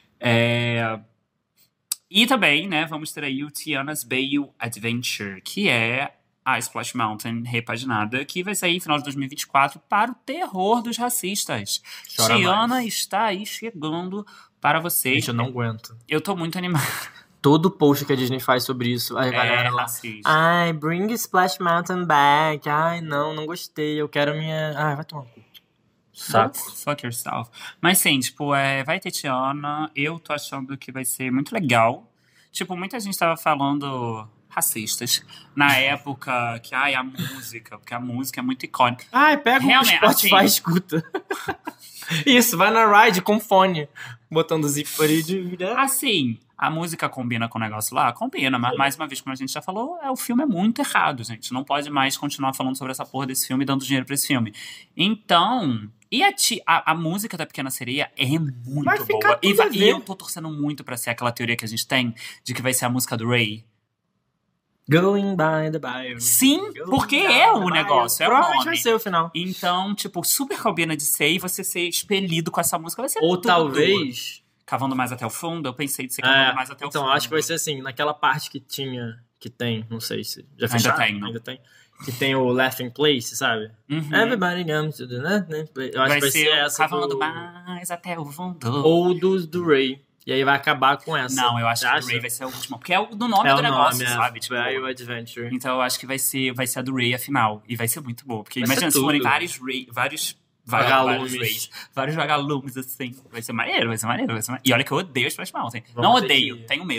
E também, né, vamos ter aí o Tiana's Bayou Adventure, que é a Splash Mountain repaginada, que vai sair no final de 2024 para o terror dos racistas. Chora Tiana mais. está aí chegando para vocês. Gente, eu não aguento. Eu tô muito animada. Todo post que a Disney faz sobre isso, a galera lá. racista. Ai, bring Splash Mountain back. Ai, não gostei. Eu quero minha. Ai, vai tomar um cu. Saco. Fuck yourself. Mas sim, tipo, vai ter Tiana. Eu tô achando que vai ser muito legal. Tipo, muita gente tava falando racistas na época que, a música, porque a música é muito icônica. Ai, pega Realmente, o Spotify assim- e escuta. Isso, vai na ride com fone. Botando zíper aí de... Assim, a música combina com o negócio lá? Combina, mas mais uma vez, como a gente já falou, o filme é muito errado, gente. Não pode mais continuar falando sobre essa porra desse filme e dando dinheiro pra esse filme. Então... E a música da Pequena Sereia é muito Vai ficar boa. E, tudo a e ver. eu tô torcendo muito pra ser aquela teoria que a gente tem de que vai ser a música do Ray. Going by the bayou. Sim, Going porque by é the o bayou. negócio, é o Provavelmente nome. vai ser o final. Então, tipo, super combina de ser e você ser expelido com essa música vai ser Ou tudo. talvez... Cavando mais até o fundo, eu pensei de ser cavando mais até o então, fundo. acho que vai ser assim, naquela parte que tem, não sei se... Já fecharam? tem, não? Ainda tem. Que tem o Laughing Place, sabe? Uhum. Everybody comes to the Laughing Place. Eu acho que vai ser essa cavando do... mais até o fundo. Ou do Ray. E aí vai acabar com essa. Não, eu acho Você que acha? o Ray vai ser a última. Porque é o do nome É do o negócio, nome, sabe? Tipo, Bayou Adventure. então eu acho que vai ser a do Ray a final. E vai ser muito boa. Porque Vai imagina ser se forem tudo. vários Vagalumes. Rays, vários vagalumes, assim. Vai ser maneiro. E olha que eu odeio Splash Mountain. Vamos Não ter odeio, que- tenho medo.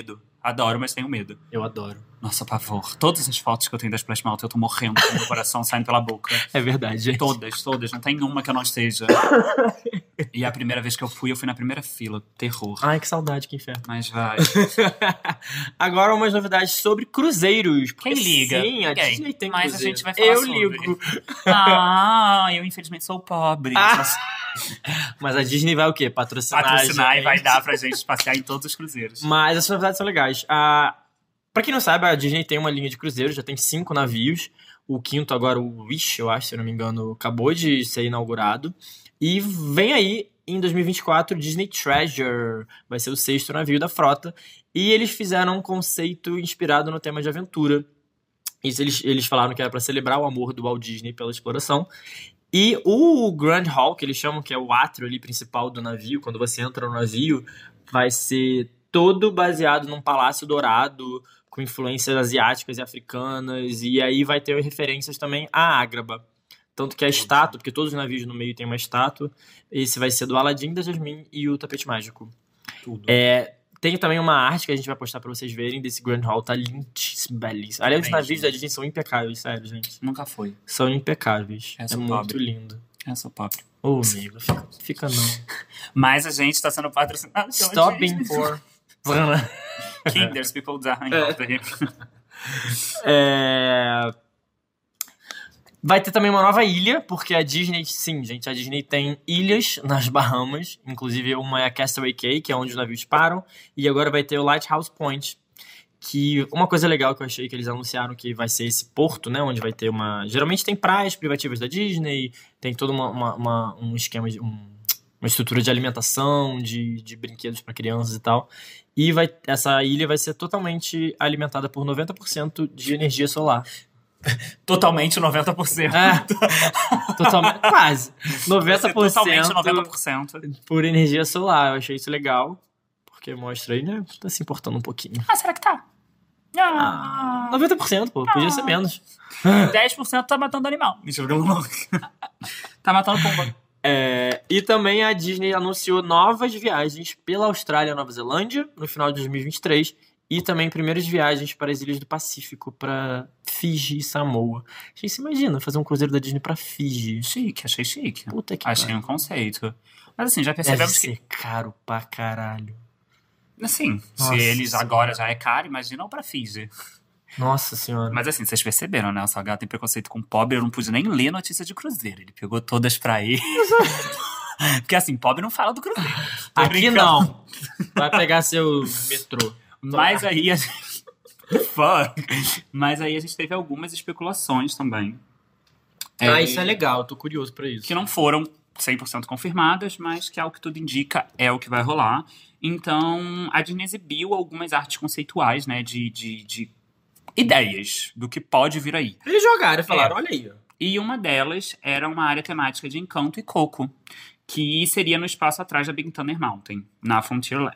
Adoro, mas tenho medo. Eu adoro. Nossa, pavor. Todas as fotos que eu tenho da Splash Mountain, eu tô morrendo com o meu coração saindo pela boca. É verdade, gente. Todas. Não tem uma que eu não esteja. E a primeira vez que eu fui na primeira fila. Terror. Ai, que saudade, que inferno. Mas vai. Agora umas novidades sobre cruzeiros. Quem liga? Sim, a Ninguém. Disney tem Mas cruzeiro. a gente vai falar Eu sobre. ligo. Eu infelizmente sou pobre. Mas a Disney vai o quê? Patrocinar a Patrocinar e gente. vai dar pra gente passear em todos os cruzeiros. Mas essas novidades são legais. Pra quem não sabe, a Disney tem uma linha de cruzeiros, já tem 5 navios. O quinto agora, o Wish, eu acho, se eu não me engano, acabou de ser inaugurado. E vem aí, em 2024, Disney Treasure. Vai ser o 6º navio da frota. E eles fizeram um conceito inspirado no tema de aventura. Isso eles falaram que era pra celebrar o amor do Walt Disney pela exploração. E o Grand Hall, que eles chamam, que é o átrio ali principal do navio, quando você entra no navio, vai ser todo baseado num palácio dourado, com influências asiáticas e africanas, e aí vai ter referências também à Ágraba. Tanto que a estátua, porque todos os navios no meio tem uma estátua, esse vai ser do Aladdin, da Jasmine e o Tapete Mágico. Tudo. Tem também uma arte que a gente vai postar pra vocês verem desse Grand Hall, tá lindíssimo, belíssimo. Aliás, os navios da Disney são impecáveis, sério, gente. Nunca foi. São impecáveis. Eu É sou muito pobre. lindo. Eu sou pobre. Ô, amigo, fica não. Mas a gente tá sendo patrocinado. Stop being poor. King, there's people dying out here. Vai ter também uma nova ilha, porque a Disney, sim, gente, a Disney tem ilhas nas Bahamas, inclusive uma é a Castaway Cay, que é onde os navios param, e agora vai ter o Lighthouse Point, que uma coisa legal que eu achei que eles anunciaram que vai ser esse porto, né, onde vai ter geralmente tem praias privativas da Disney, tem todo um esquema de uma estrutura de alimentação, de brinquedos para crianças e tal. E essa ilha vai ser totalmente alimentada por 90% de energia solar. Totalmente 90%. Totalmente, quase. 90%. Totalmente 90%. Por energia solar. Eu achei isso legal. Porque mostra aí, né? Tá se importando um pouquinho. Será que tá? 90%, pô. Podia ser menos. 10% tá matando animal. Mentira, tá matando pomba. E também a Disney anunciou novas viagens pela Austrália e Nova Zelândia no final de 2023 e também primeiras viagens para as ilhas do Pacífico, para Fiji e Samoa. Você imagina fazer um cruzeiro da Disney para Fiji? Chique, achei chique. Puta que Achei pariu. um conceito. Mas assim, já Deve percebemos ser caro pra caralho. Assim, Nossa se eles Senhora. agora já é caro, imagina pra Fiji. Nossa senhora. Mas assim, vocês perceberam, né? O Salgado tem preconceito com pobre, eu não pude nem ler notícia de cruzeiro. Ele pegou todas pra ele. Porque assim, pobre não fala do cruzeiro. Tô Aqui brincando. não. Vai pegar seu metrô. Mas aí a gente... Fuck. Mas aí a gente teve algumas especulações também. Isso é legal, eu tô curioso pra isso. Que não foram 100% confirmadas, mas que ao que tudo indica é o que vai rolar. Então, a Disney exibiu algumas artes conceituais, né, de ideias do que pode vir aí. Eles jogaram e falaram, olha aí. Ó. E uma delas era uma área temática de Encanto e Coco, que seria no espaço atrás da Big Thunder Mountain, na Frontierland.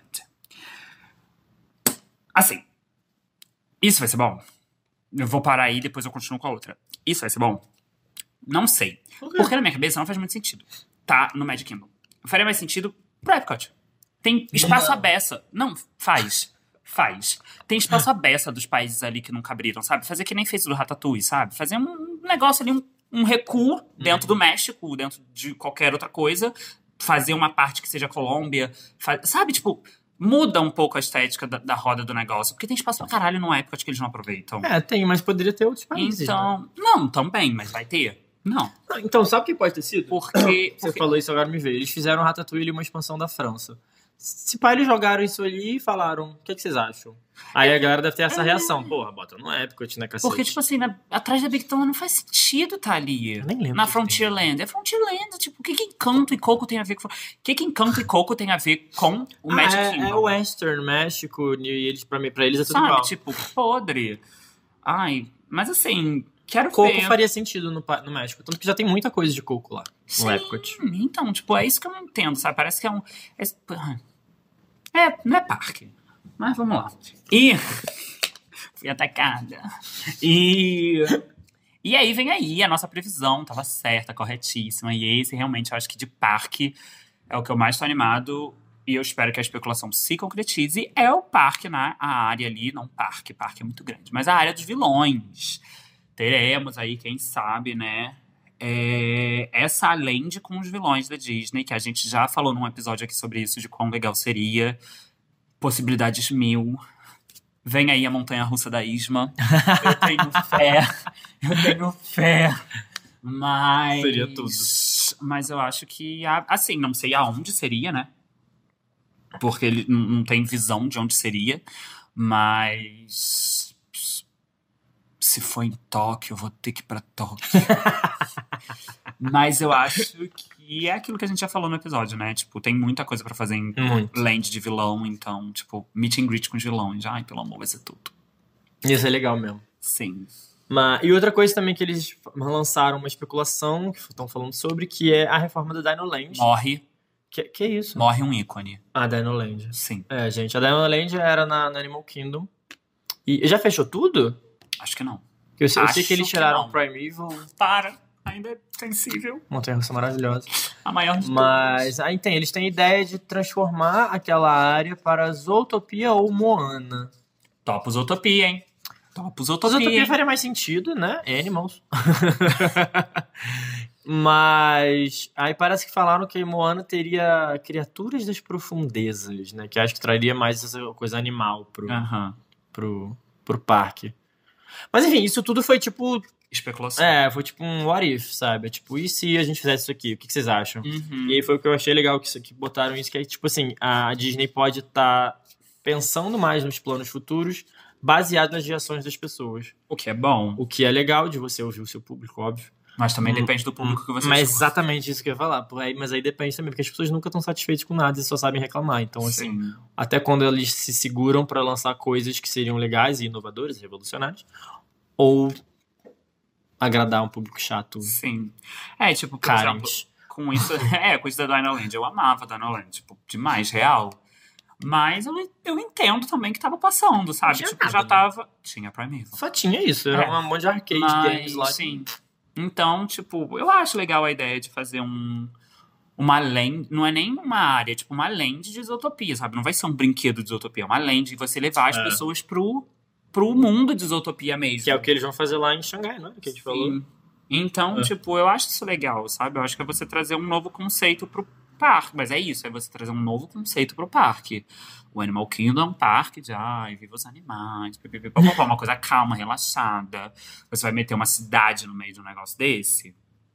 Assim, isso vai ser bom? Eu vou parar aí e depois eu continuo com a outra. Isso vai ser bom? Não sei. Porque na minha cabeça não faz muito sentido. Tá no Magic Kingdom. Faria mais sentido pro Epcot. Tem espaço à beça. Não, faz. Tem espaço à beça dos países ali que nunca abriram, sabe? Fazer que nem fez do Ratatouille, sabe? Fazer um negócio ali, um recuo dentro do México, dentro de qualquer outra coisa. Fazer uma parte que seja Colômbia. Sabe, tipo... Muda um pouco a estética da roda do negócio. Porque tem espaço pra caralho no Epcot que eles não aproveitam. Tem, mas poderia ter outros países. Então... Né? Não, também, mas vai ter. Não. Então, sabe o que pode ter sido? Porque... Você falou isso, agora me veio. Eles fizeram Ratatouille uma expansão da França. Se pá, eles jogaram isso ali e falaram, o que vocês acham? Aí a galera deve ter essa reação. Porra, bota no Epcot, né, cacete? Porque, tipo assim, atrás da Big Thunder não faz sentido tá ali. Eu nem lembro. Na Frontierland. É Frontierland, tipo, o que Encanto e Coco tem a ver com... O que Encanto e Coco tem a ver com o Magic Kingdom? É o Western, México, e eles, pra eles é tudo Sabe, igual. tipo, podre. Ai, mas assim, quero Coco ver. faria sentido no México, tanto que já tem muita coisa de Coco lá, no Sim, Epcot. então, tipo, é isso que eu não entendo, sabe? Parece que é um... não é parque. Mas vamos lá. E... Fui atacada. E aí vem aí, a nossa previsão tava certa, corretíssima. E esse realmente, eu acho que de parque é o que eu mais tô animado. e eu espero que a especulação se concretize, é o parque a área ali, não parque é muito grande, mas a área dos vilões. Teremos aí, quem sabe, né, essa Land com os vilões da Disney, que a gente já falou num episódio aqui sobre isso, de quão legal seria. Possibilidades mil. Vem aí a montanha-russa da Isma. Eu tenho fé. Mas... Seria tudo. Mas eu acho que, assim, não sei aonde seria, né? Porque ele não tem visão de onde seria. Mas... se for em Tóquio, eu vou ter que ir pra Tóquio. Mas eu acho que é aquilo que a gente já falou no episódio, né? Tipo, tem muita coisa pra fazer em Land de vilão. Então, tipo, meet and greet com os vilões. Ai, pelo amor, vai ser tudo. Isso é legal mesmo. Sim. E outra coisa também que eles lançaram uma especulação, que estão falando sobre, que é a reforma da Dino Land. Morre. Que é isso? Morre um ícone. A Dino Land. Sim. Gente, a Dino Land era na Animal Kingdom. E já fechou tudo? Acho que não. Eu sei que eles tiraram o Primeval. Ainda é sensível. Montanha-russa maravilhosa. A maior de Mas aí eles têm a ideia de transformar aquela área para Zootopia ou Moana. Topa Zootopia, hein? Zootopia faria mais sentido, né? Animals. Mas aí parece que falaram que Moana teria criaturas das profundezas, né? Que acho que traria mais essa coisa animal pro parque. Mas enfim, isso tudo foi tipo... especulação. Foi tipo um what if, sabe? Tipo, e se a gente fizesse isso aqui? O que vocês acham? Uhum. E aí foi o que eu achei legal, que botaram isso, que é tipo assim, a Disney pode estar pensando mais nos planos futuros, baseado nas reações das pessoas. O que é bom. O que é legal de você ouvir o seu público, óbvio. Mas também depende do público que você Mas escuta. exatamente isso que eu ia falar. Mas aí depende também, porque as pessoas nunca estão satisfeitas com nada e só sabem reclamar. Então, assim, até quando eles se seguram pra lançar coisas que seriam legais e inovadoras, revolucionárias, ou agradar um público chato. Sim. Tipo, por exemplo, com isso da Dino Land, eu amava a Dino Land, tipo, demais, real. Mas eu entendo também que tava passando, sabe? Tinha tipo, nada, já tava... Tinha Primeval. Só tinha isso, era um monte de arcade games lá. Sim. Então, tipo, eu acho legal a ideia de fazer uma land, não é nem uma área, tipo, uma land de Zootopia, sabe? Não vai ser um brinquedo de Zootopia, é uma land e você levar as pessoas pro mundo de Zootopia mesmo. Que é o que eles vão fazer lá em Xangai, né? Que a gente falou. Então, tipo, eu acho isso legal, sabe? Eu acho que é você trazer um novo conceito pro parque. Mas é isso, é você trazer um novo conceito pro parque. O Animal Kingdom é um parque de, viva os animais, uma coisa calma, relaxada. Você vai meter uma cidade no meio de um negócio desse?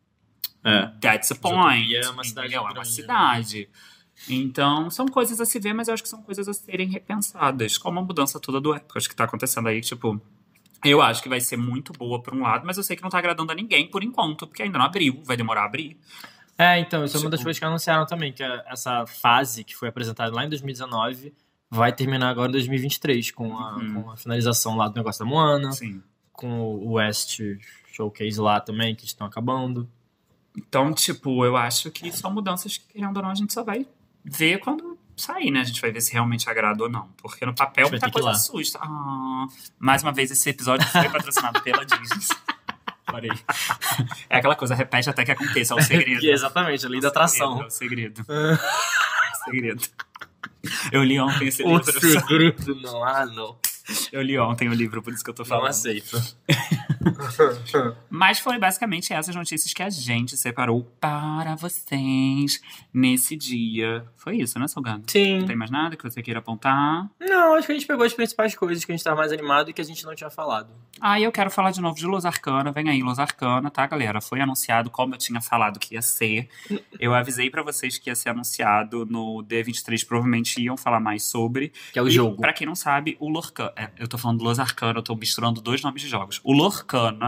That's the point. É uma cidade grande, é uma cidade. Então, são coisas a se ver, mas eu acho que são coisas a serem repensadas. Como a mudança toda do Epic. Acho que tá acontecendo aí, tipo... Eu acho que vai ser muito boa por um lado, mas eu sei que não tá agradando a ninguém por enquanto, porque ainda não abriu, vai demorar a abrir. Então, isso é uma das coisas que anunciaram também, que essa fase que foi apresentada lá em 2019 vai terminar agora em 2023, com a finalização lá do negócio da Moana, com o West Showcase lá também, que estão acabando. Então, tipo, eu acho que são mudanças que, querendo ou não, a gente só vai ver quando sair, né? A gente vai ver se realmente agrada ou não. Porque no papel muita coisa assusta. Mais uma vez, esse episódio foi patrocinado pela Disney. Parei. É aquela coisa, repete até que aconteça, é o segredo. Exatamente, a lei da atração. É o segredo. Eu li ontem esse livro. O segredo não. Eu li ontem o livro, por isso que eu tô falando. Não aceito. Mas foi basicamente essas notícias que a gente separou para vocês nesse dia. Foi isso, né, Salgado? Sim. Não tem mais nada que você queira apontar? Não, acho que a gente pegou as principais coisas que a gente tá mais animado e que a gente não tinha falado. E eu quero falar de novo de Los Arcana. Vem aí, Los Arcana, tá, galera? Foi anunciado, como eu tinha falado que ia ser. Eu avisei pra vocês que ia ser anunciado no D23, provavelmente iam falar mais sobre. Que é o jogo. Pra quem não sabe, o Lorcana... eu tô falando do Los Arcana, eu tô misturando dois nomes de jogos. O Lorcana,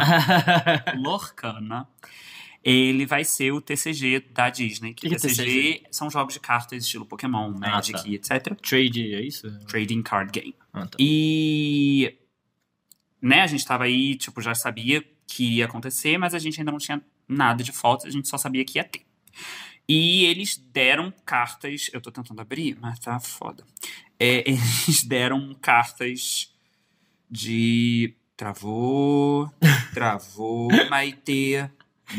ele vai ser o TCG da Disney. Que TCG são jogos de cartas estilo Pokémon, Magic, etc. Trade, é isso? Trading Card Game. Tá. E... né, a gente tava aí, tipo, já sabia que ia acontecer, mas a gente ainda não tinha nada de fotos, a gente só sabia que ia ter. E eles deram cartas... Eu tô tentando abrir, mas tá foda. Eles deram cartas de... Travou, Maitê,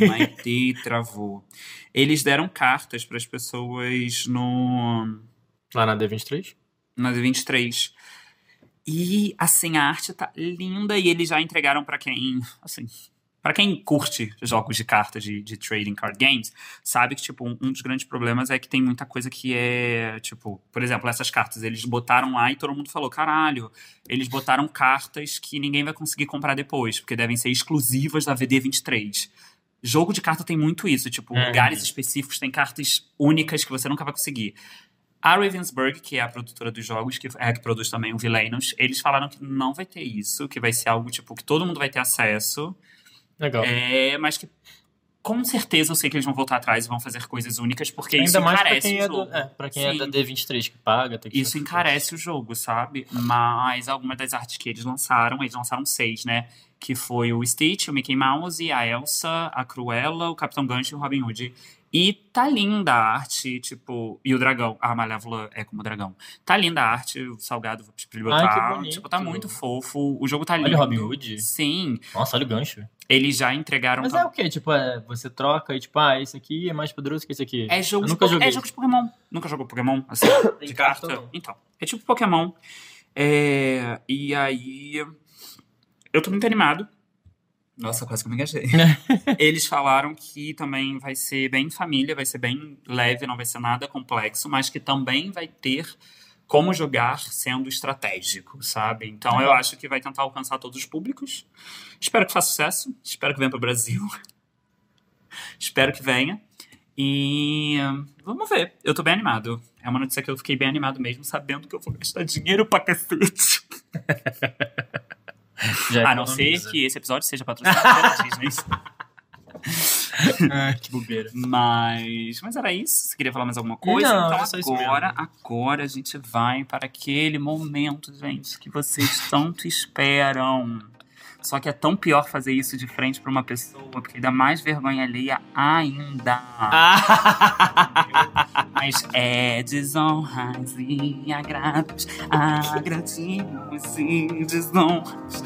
travou. Eles deram cartas para as pessoas no Lá na D23? Na D23. E, assim, a arte tá linda e eles já entregaram pra quem, assim... Pra quem curte jogos de cartas de trading card games, sabe que, tipo, um dos grandes problemas é que tem muita coisa que é, tipo... Por exemplo, essas cartas, eles botaram lá e todo mundo falou, caralho, eles botaram cartas que ninguém vai conseguir comprar depois, porque devem ser exclusivas da VD23. Jogo de carta tem muito isso, tipo, lugares específicos tem cartas únicas que você nunca vai conseguir. A Ravensburg, que é a produtora dos jogos, que é a que produz também o Villainous, eles falaram que não vai ter isso, que vai ser algo, tipo, que todo mundo vai ter acesso... Legal. Mas que com certeza eu sei que eles vão voltar atrás e vão fazer coisas únicas, porque Ainda isso mais encarece o jogo. Pra quem é da D23 que paga. Tem que Isso encarece o jogo, sabe? Mas algumas das artes que eles lançaram 6, né? Que foi o Stitch, o Mickey Mouse, a Elsa, a Cruella, o Capitão Gancho e o Robin Hood. E tá linda a arte, tipo... E o dragão. A Malévola é como dragão. Tá linda a arte, o salgado pra ele botar. Que bonito. Tipo, tá muito fofo. O jogo tá lindo. Olha o Robin Hood. Sim. Nossa, olha o gancho. Eles já entregaram... Mas é o quê? Tipo, você troca e tipo, esse aqui é mais poderoso que esse aqui. É jogo, eu nunca joguei. É jogo de Pokémon. Nunca jogou Pokémon? Assim, de carta? Não. Então, é tipo Pokémon. E aí... Eu tô muito animado. Nossa, quase que eu me engajei. Eles falaram que também vai ser bem família, vai ser bem leve, não vai ser nada complexo, mas que também vai ter como jogar sendo estratégico, sabe? Então eu acho que vai tentar alcançar todos os públicos. Espero que faça sucesso, espero que venha pro Brasil. Espero que venha. E vamos ver. Eu tô bem animado. É uma notícia que eu fiquei bem animado mesmo, sabendo que eu vou gastar dinheiro pra cacete. A não ser que esse episódio seja patrocinado pela Disney. Que bobeira. Mas era isso. Você queria falar mais alguma coisa? Não, então era só isso mesmo. agora a gente vai para aquele momento, gente, que vocês tanto esperam. Só que é tão pior fazer isso de frente pra uma pessoa, porque dá mais vergonha alheia ainda. Mas é desonras e agravos, agradimos e desonras.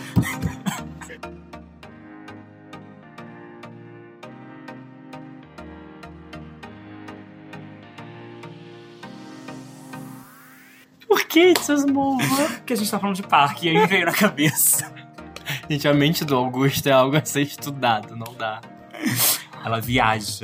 Por que essas morras? Porque a gente tá falando de parque e aí veio na cabeça. Gente, a mente do Augusto é algo a ser estudado, não dá. Ela viaja.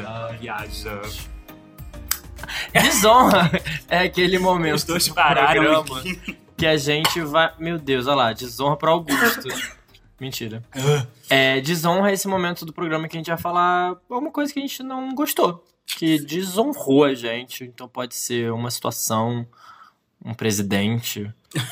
Desonra é aquele momento Os dois do pararam programa que a gente vai... Meu Deus, olha lá, desonra pro Augusto. Mentira. Desonra é esse momento do programa que a gente vai falar alguma coisa que a gente não gostou. Que desonrou a gente. Então pode ser uma situação, um presidente,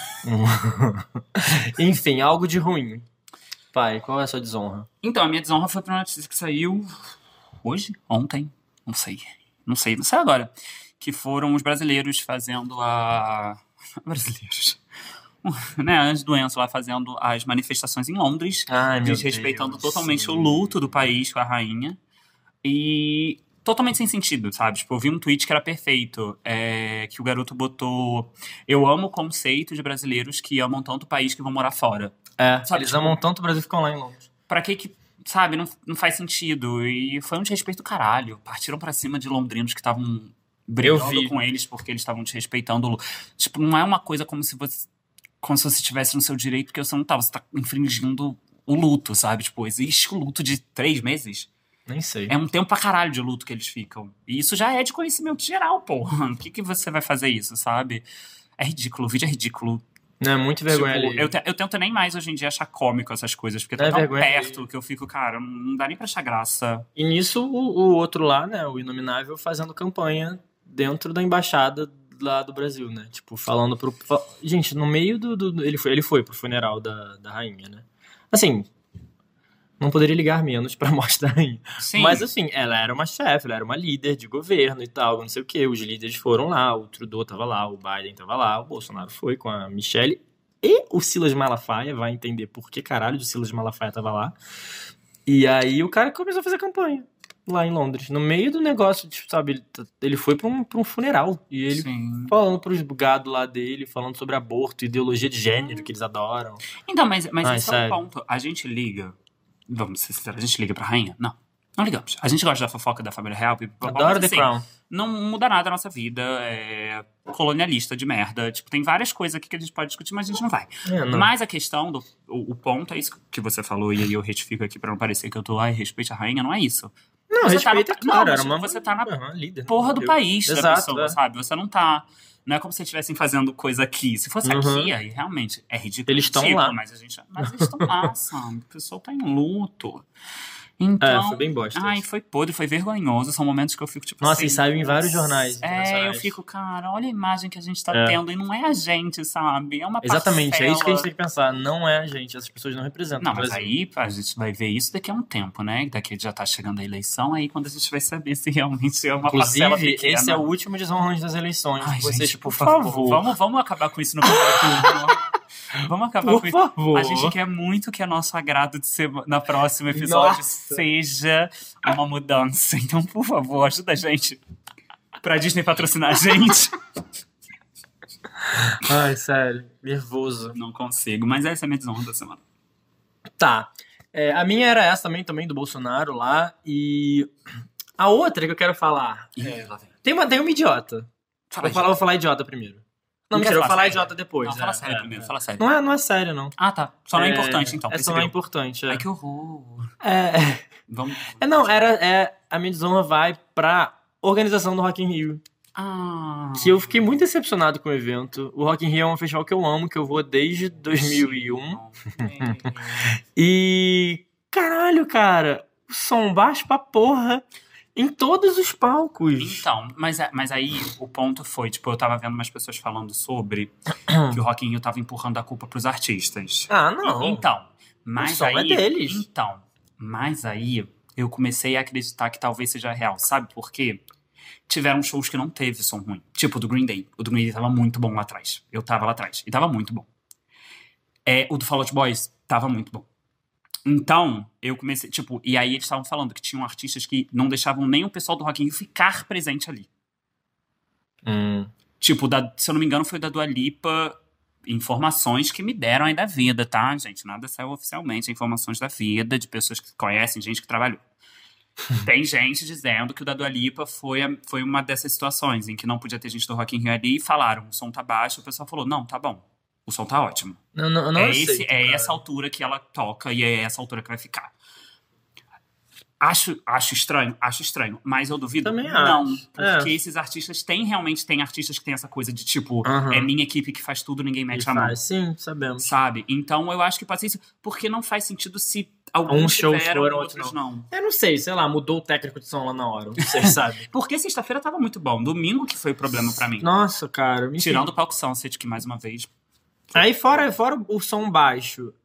enfim, algo de ruim. Pai, qual é a sua desonra? Então, a minha desonra foi pra uma notícia que saiu hoje? Ontem? Não sei agora. Que foram os brasileiros fazendo brasileiros. Né, as doenças lá fazendo as manifestações em Londres. Desrespeitando totalmente o luto do país com a rainha. E totalmente sem sentido, sabe? Tipo, eu vi um tweet que era perfeito. Que o garoto botou: eu amo o conceito de brasileiros que amam tanto o país que vão morar fora. Sabe, eles amam tanto o Brasil e ficam lá em Londres. Pra que sabe, não faz sentido. E foi um desrespeito do caralho. Partiram pra cima de londrinos que estavam brigando com eles porque eles estavam desrespeitando. Tipo, não é uma coisa como se você estivesse no seu direito, porque você não tá. Você tá infringindo o luto, sabe? Tipo, existe o luto de 3 meses. Nem sei. É um tempo pra caralho de luto que eles ficam. E isso já é de conhecimento geral, porra. Por que você vai fazer isso, sabe? É ridículo, o vídeo é ridículo. Não, é muito vergonha ali. Eu tento nem mais hoje em dia achar cômico essas coisas, porque tá tão perto que eu fico, cara, não dá nem pra achar graça. E nisso, o outro lá, né, o Inominável, fazendo campanha dentro da embaixada lá do Brasil, né? Tipo, falando pro... Gente, no meio ele foi pro funeral da rainha, né? Assim, não poderia ligar menos pra morte da rainha. Sim. Mas, assim, ela era uma chefe, ela era uma líder de governo e tal, não sei o quê. Os líderes foram lá, o Trudeau tava lá, o Biden tava lá, o Bolsonaro foi com a Michelle. E o Silas Malafaia, vai entender por que caralho o Silas Malafaia tava lá. E aí o cara começou a fazer campanha lá em Londres. No meio do negócio, tipo, sabe, ele foi pra um funeral. E ele falando pros gado lá dele, falando sobre aborto, ideologia de gênero que eles adoram. Então, mas esse é o ponto. A gente liga... Vamos ser sinceros, a gente liga pra rainha? Não. Não ligamos. A gente gosta da fofoca da família real. Adoro The assim, Crown. não muda nada a nossa vida. É colonialista de merda. Tipo, tem várias coisas aqui que a gente pode discutir, mas a gente não vai. Não. Mas a questão, o ponto é isso que você falou, e aí eu retifico aqui pra não parecer que eu tô, respeite a rainha, não é isso. Não, Você respeita, tá claro. não, Era uma, você tá na líder. porra do país da Exato, pessoa, sabe? Você não tá... Não é como se estivessem fazendo coisa aqui. Se fosse aqui, aí realmente é ridículo. Eles estão lá. Mas eles estão lá, sabe? A pessoa tá em luto. Então, foi bem bosta. Ai, foi podre, foi vergonhoso. São momentos que eu fico tipo Nossa, assim... e saiu em vários jornais eu fico, cara, olha a imagem que a gente tá tendo. E não é a gente, sabe? É uma Exatamente, parcela. é isso que a gente tem que pensar. Não é a gente, essas pessoas não representam. Não, mas aí a gente vai ver isso daqui a um tempo, né? Daqui já tá chegando a eleição, aí quando a gente vai saber se realmente é uma parcela pequena. Inclusive, esse é o último desonrante das eleições. Ai, Vocês, gente, por favor. Vamos acabar com isso no primeiro turno. Vamos acabar com isso. Por favor. A gente quer muito que o nosso agrado na próximo episódio seja uma mudança. Então, por favor, ajuda a gente pra Disney patrocinar a gente. Ai, sério. Nervoso. Não consigo, mas essa é a minha desonra da semana. Tá. A minha era essa também do Bolsonaro lá. E a outra que eu quero falar... Tem uma idiota. Vou falar idiota primeiro. Não, mentira, eu vou falar idiota depois. Não, fala sério primeiro, fala sério. Não é sério, não. Ah, tá. Só não é importante, então. Só não é importante, Ai, que horror. Vamos... Não, a minha desonra vai pra organização do Rock in Rio. Que eu fiquei muito decepcionado com o evento. O Rock in Rio é um festival que eu amo, que eu vou desde 2001. E... Caralho, cara. O som baixo pra porra. Em todos os palcos. Então, mas aí o ponto foi, tipo, eu tava vendo umas pessoas falando sobre que o Rock in Rio tava empurrando a culpa pros artistas. Ah, não. Então, mas o som aí... é deles. Então, mas aí eu comecei a acreditar que talvez seja real. Sabe por quê? Tiveram shows que não teve som ruim. Tipo, o do Green Day. O do Green Day tava muito bom lá atrás. Eu tava lá atrás. E tava muito bom. O do Fall Out Boys tava muito bom. Então, eu comecei, tipo... E aí eles estavam falando que tinham artistas que não deixavam nem o pessoal do Rock in Rio ficar presente ali. Tipo, se eu não me engano, foi da Dua Lipa... Informações que me deram aí da vida, tá, gente? Nada saiu oficialmente. Informações da vida, de pessoas que conhecem, gente que trabalhou. Tem gente dizendo que o da Dua Lipa foi uma dessas situações em que não podia ter gente do Rock in Rio ali e falaram, o som tá baixo, o pessoal falou, não, tá bom. O som tá ótimo. Não aceito, essa altura que ela toca e é essa altura que vai ficar. Acho estranho, mas eu duvido também não, acho. porque esses artistas realmente tem artistas que tem essa coisa de tipo, é minha equipe que faz tudo, ninguém mete a mão. Sim, sabemos. Sabe? Então eu acho que pode ser isso, porque não faz sentido se alguns shows tiveram, foram, outros não. Eu não sei, sei lá, mudou o técnico de som lá na hora, não sei, sabe? Porque sexta-feira tava muito bom, domingo que foi o problema pra mim. Nossa, cara. Tirando o palco Sunset, que mais uma vez... Aí fora o som baixo,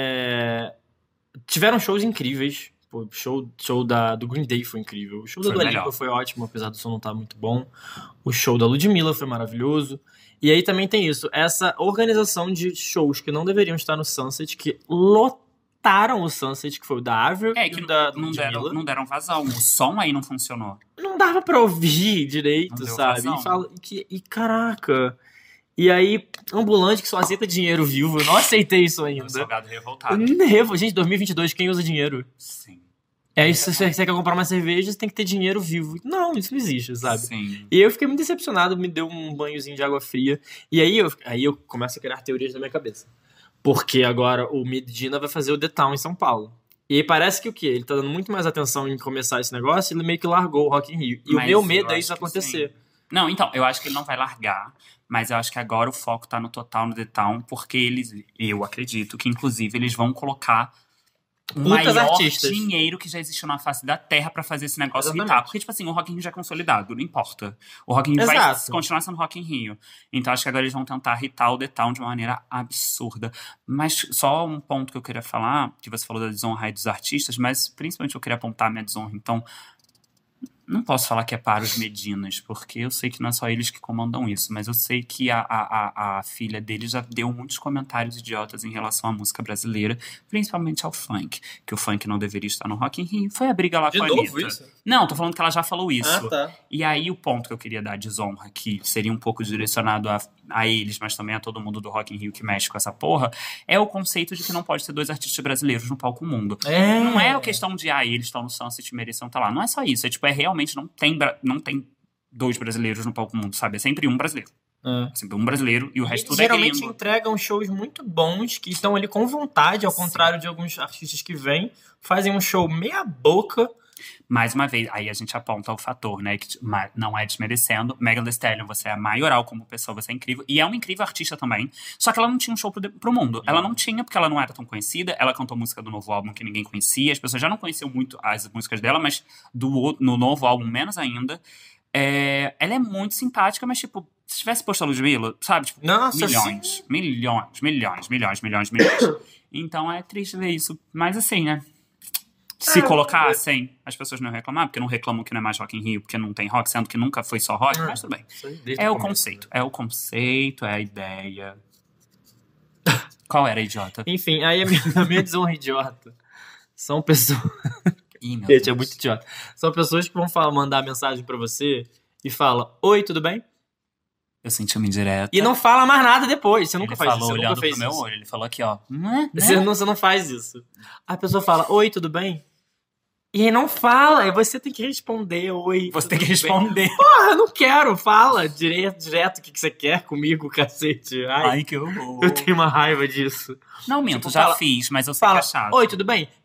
tiveram shows incríveis. O show do Green Day foi incrível. O show da Dua Lipa foi ótimo, apesar do som não estar muito bom. O show da Ludmilla foi maravilhoso. E aí também tem isso, essa organização de shows que não deveriam estar no Sunset, que lotaram o Sunset, que foi o da Avril e o da Ludmilla. Não deram vazão, o som aí não funcionou. Não dava pra ouvir direito, sabe? E caraca... E aí, ambulante que só aceita dinheiro vivo. Eu não aceitei isso ainda. Um salgado revoltado. Gente, 2022, quem usa dinheiro? Sim. Se você quer comprar uma cerveja, você tem que ter dinheiro vivo. Não, isso não existe, sabe? Sim. E eu fiquei muito decepcionado, me deu um banhozinho de água fria. E aí eu começo a criar teorias na minha cabeça. Porque agora o Medina vai fazer o The Town em São Paulo. E aí parece que o quê? Ele tá dando muito mais atenção em começar esse negócio e ele meio que largou o Rock in Rio. E o meu medo é isso acontecer. Sim. Não, então, eu acho que ele não vai largar, mas eu acho que agora o foco tá no total no The Town, porque eu acredito que, inclusive, eles vão colocar o maior dinheiro que já existiu na face da Terra pra fazer esse negócio irritar. Porque, tipo assim, o Rock in Rio já é consolidado, não importa. O Rock in Rio vai continuar sendo Rock in Rio. Então, acho que agora eles vão tentar irritar o The Town de uma maneira absurda. Mas só um ponto que eu queria falar, que você falou da desonra aí dos artistas, mas principalmente eu queria apontar a minha desonra. Então, Não posso falar que é para os Medinas, porque eu sei que não é só eles que comandam isso, mas eu sei que a filha dele já deu muitos comentários idiotas em relação à música brasileira, principalmente ao funk, que o funk não deveria estar no Rock in Rio. Foi a briga lá De com a novo Anitta. isso? Não, tô falando que ela já falou isso. Ah, tá. E aí o ponto que eu queria dar de desonra, que seria um pouco direcionado a eles, mas também a todo mundo do Rock in Rio que mexe com essa porra, é o conceito de que não pode ter 2 artistas brasileiros no palco mundo. Não é a questão de, eles estão no Sunset e mereciam estar lá. Não é só isso. É tipo, realmente não tem 2 brasileiros no palco mundo, sabe? É sempre um brasileiro. É sempre um brasileiro e o resto tudo é gringo. Geralmente entregam shows muito bons, que estão ali com vontade, ao contrário de alguns artistas que vêm, fazem um show meia boca. Mais uma vez, aí a gente aponta o fator, né? Que não é desmerecendo. Megan Thee Stallion, você é maioral como pessoa, você é incrível. E é uma incrível artista também. Só que ela não tinha um show pro mundo. Ela não tinha, porque ela não era tão conhecida. Ela cantou música do novo álbum que ninguém conhecia. As pessoas já não conheciam muito as músicas dela, mas no novo álbum menos ainda. Ela é muito simpática, mas tipo, se tivesse posto a Ludmilla, sabe? Tipo, Nossa, milhões. Então é triste ver isso. Mas assim, né? Se colocassem, as pessoas não iam reclamar, porque não reclamam que não é mais Rock in Rio, porque não tem rock, sendo que nunca foi só rock, mas tudo bem. É o conceito, é a ideia. Qual era a idiota? Enfim, aí a minha desonra idiota são pessoas... Meu Gente, Deus. é muito idiota. São pessoas que vão mandar mensagem pra você e falam, oi, tudo bem? Eu senti uma indireta. E não fala mais nada depois. Você nunca faz isso. Ele falou olhando pro meu olho. Ele falou aqui, ó. Você não faz isso. A pessoa fala, oi, tudo bem? E aí não fala. Aí você tem que responder, oi. Você tem que responder. Porra, eu não quero. Fala direto o que você quer comigo, cacete. Ai, que horror. Eu tenho uma raiva disso. Não minto, já fiz, mas eu sei que é chato. Oi, tudo bem?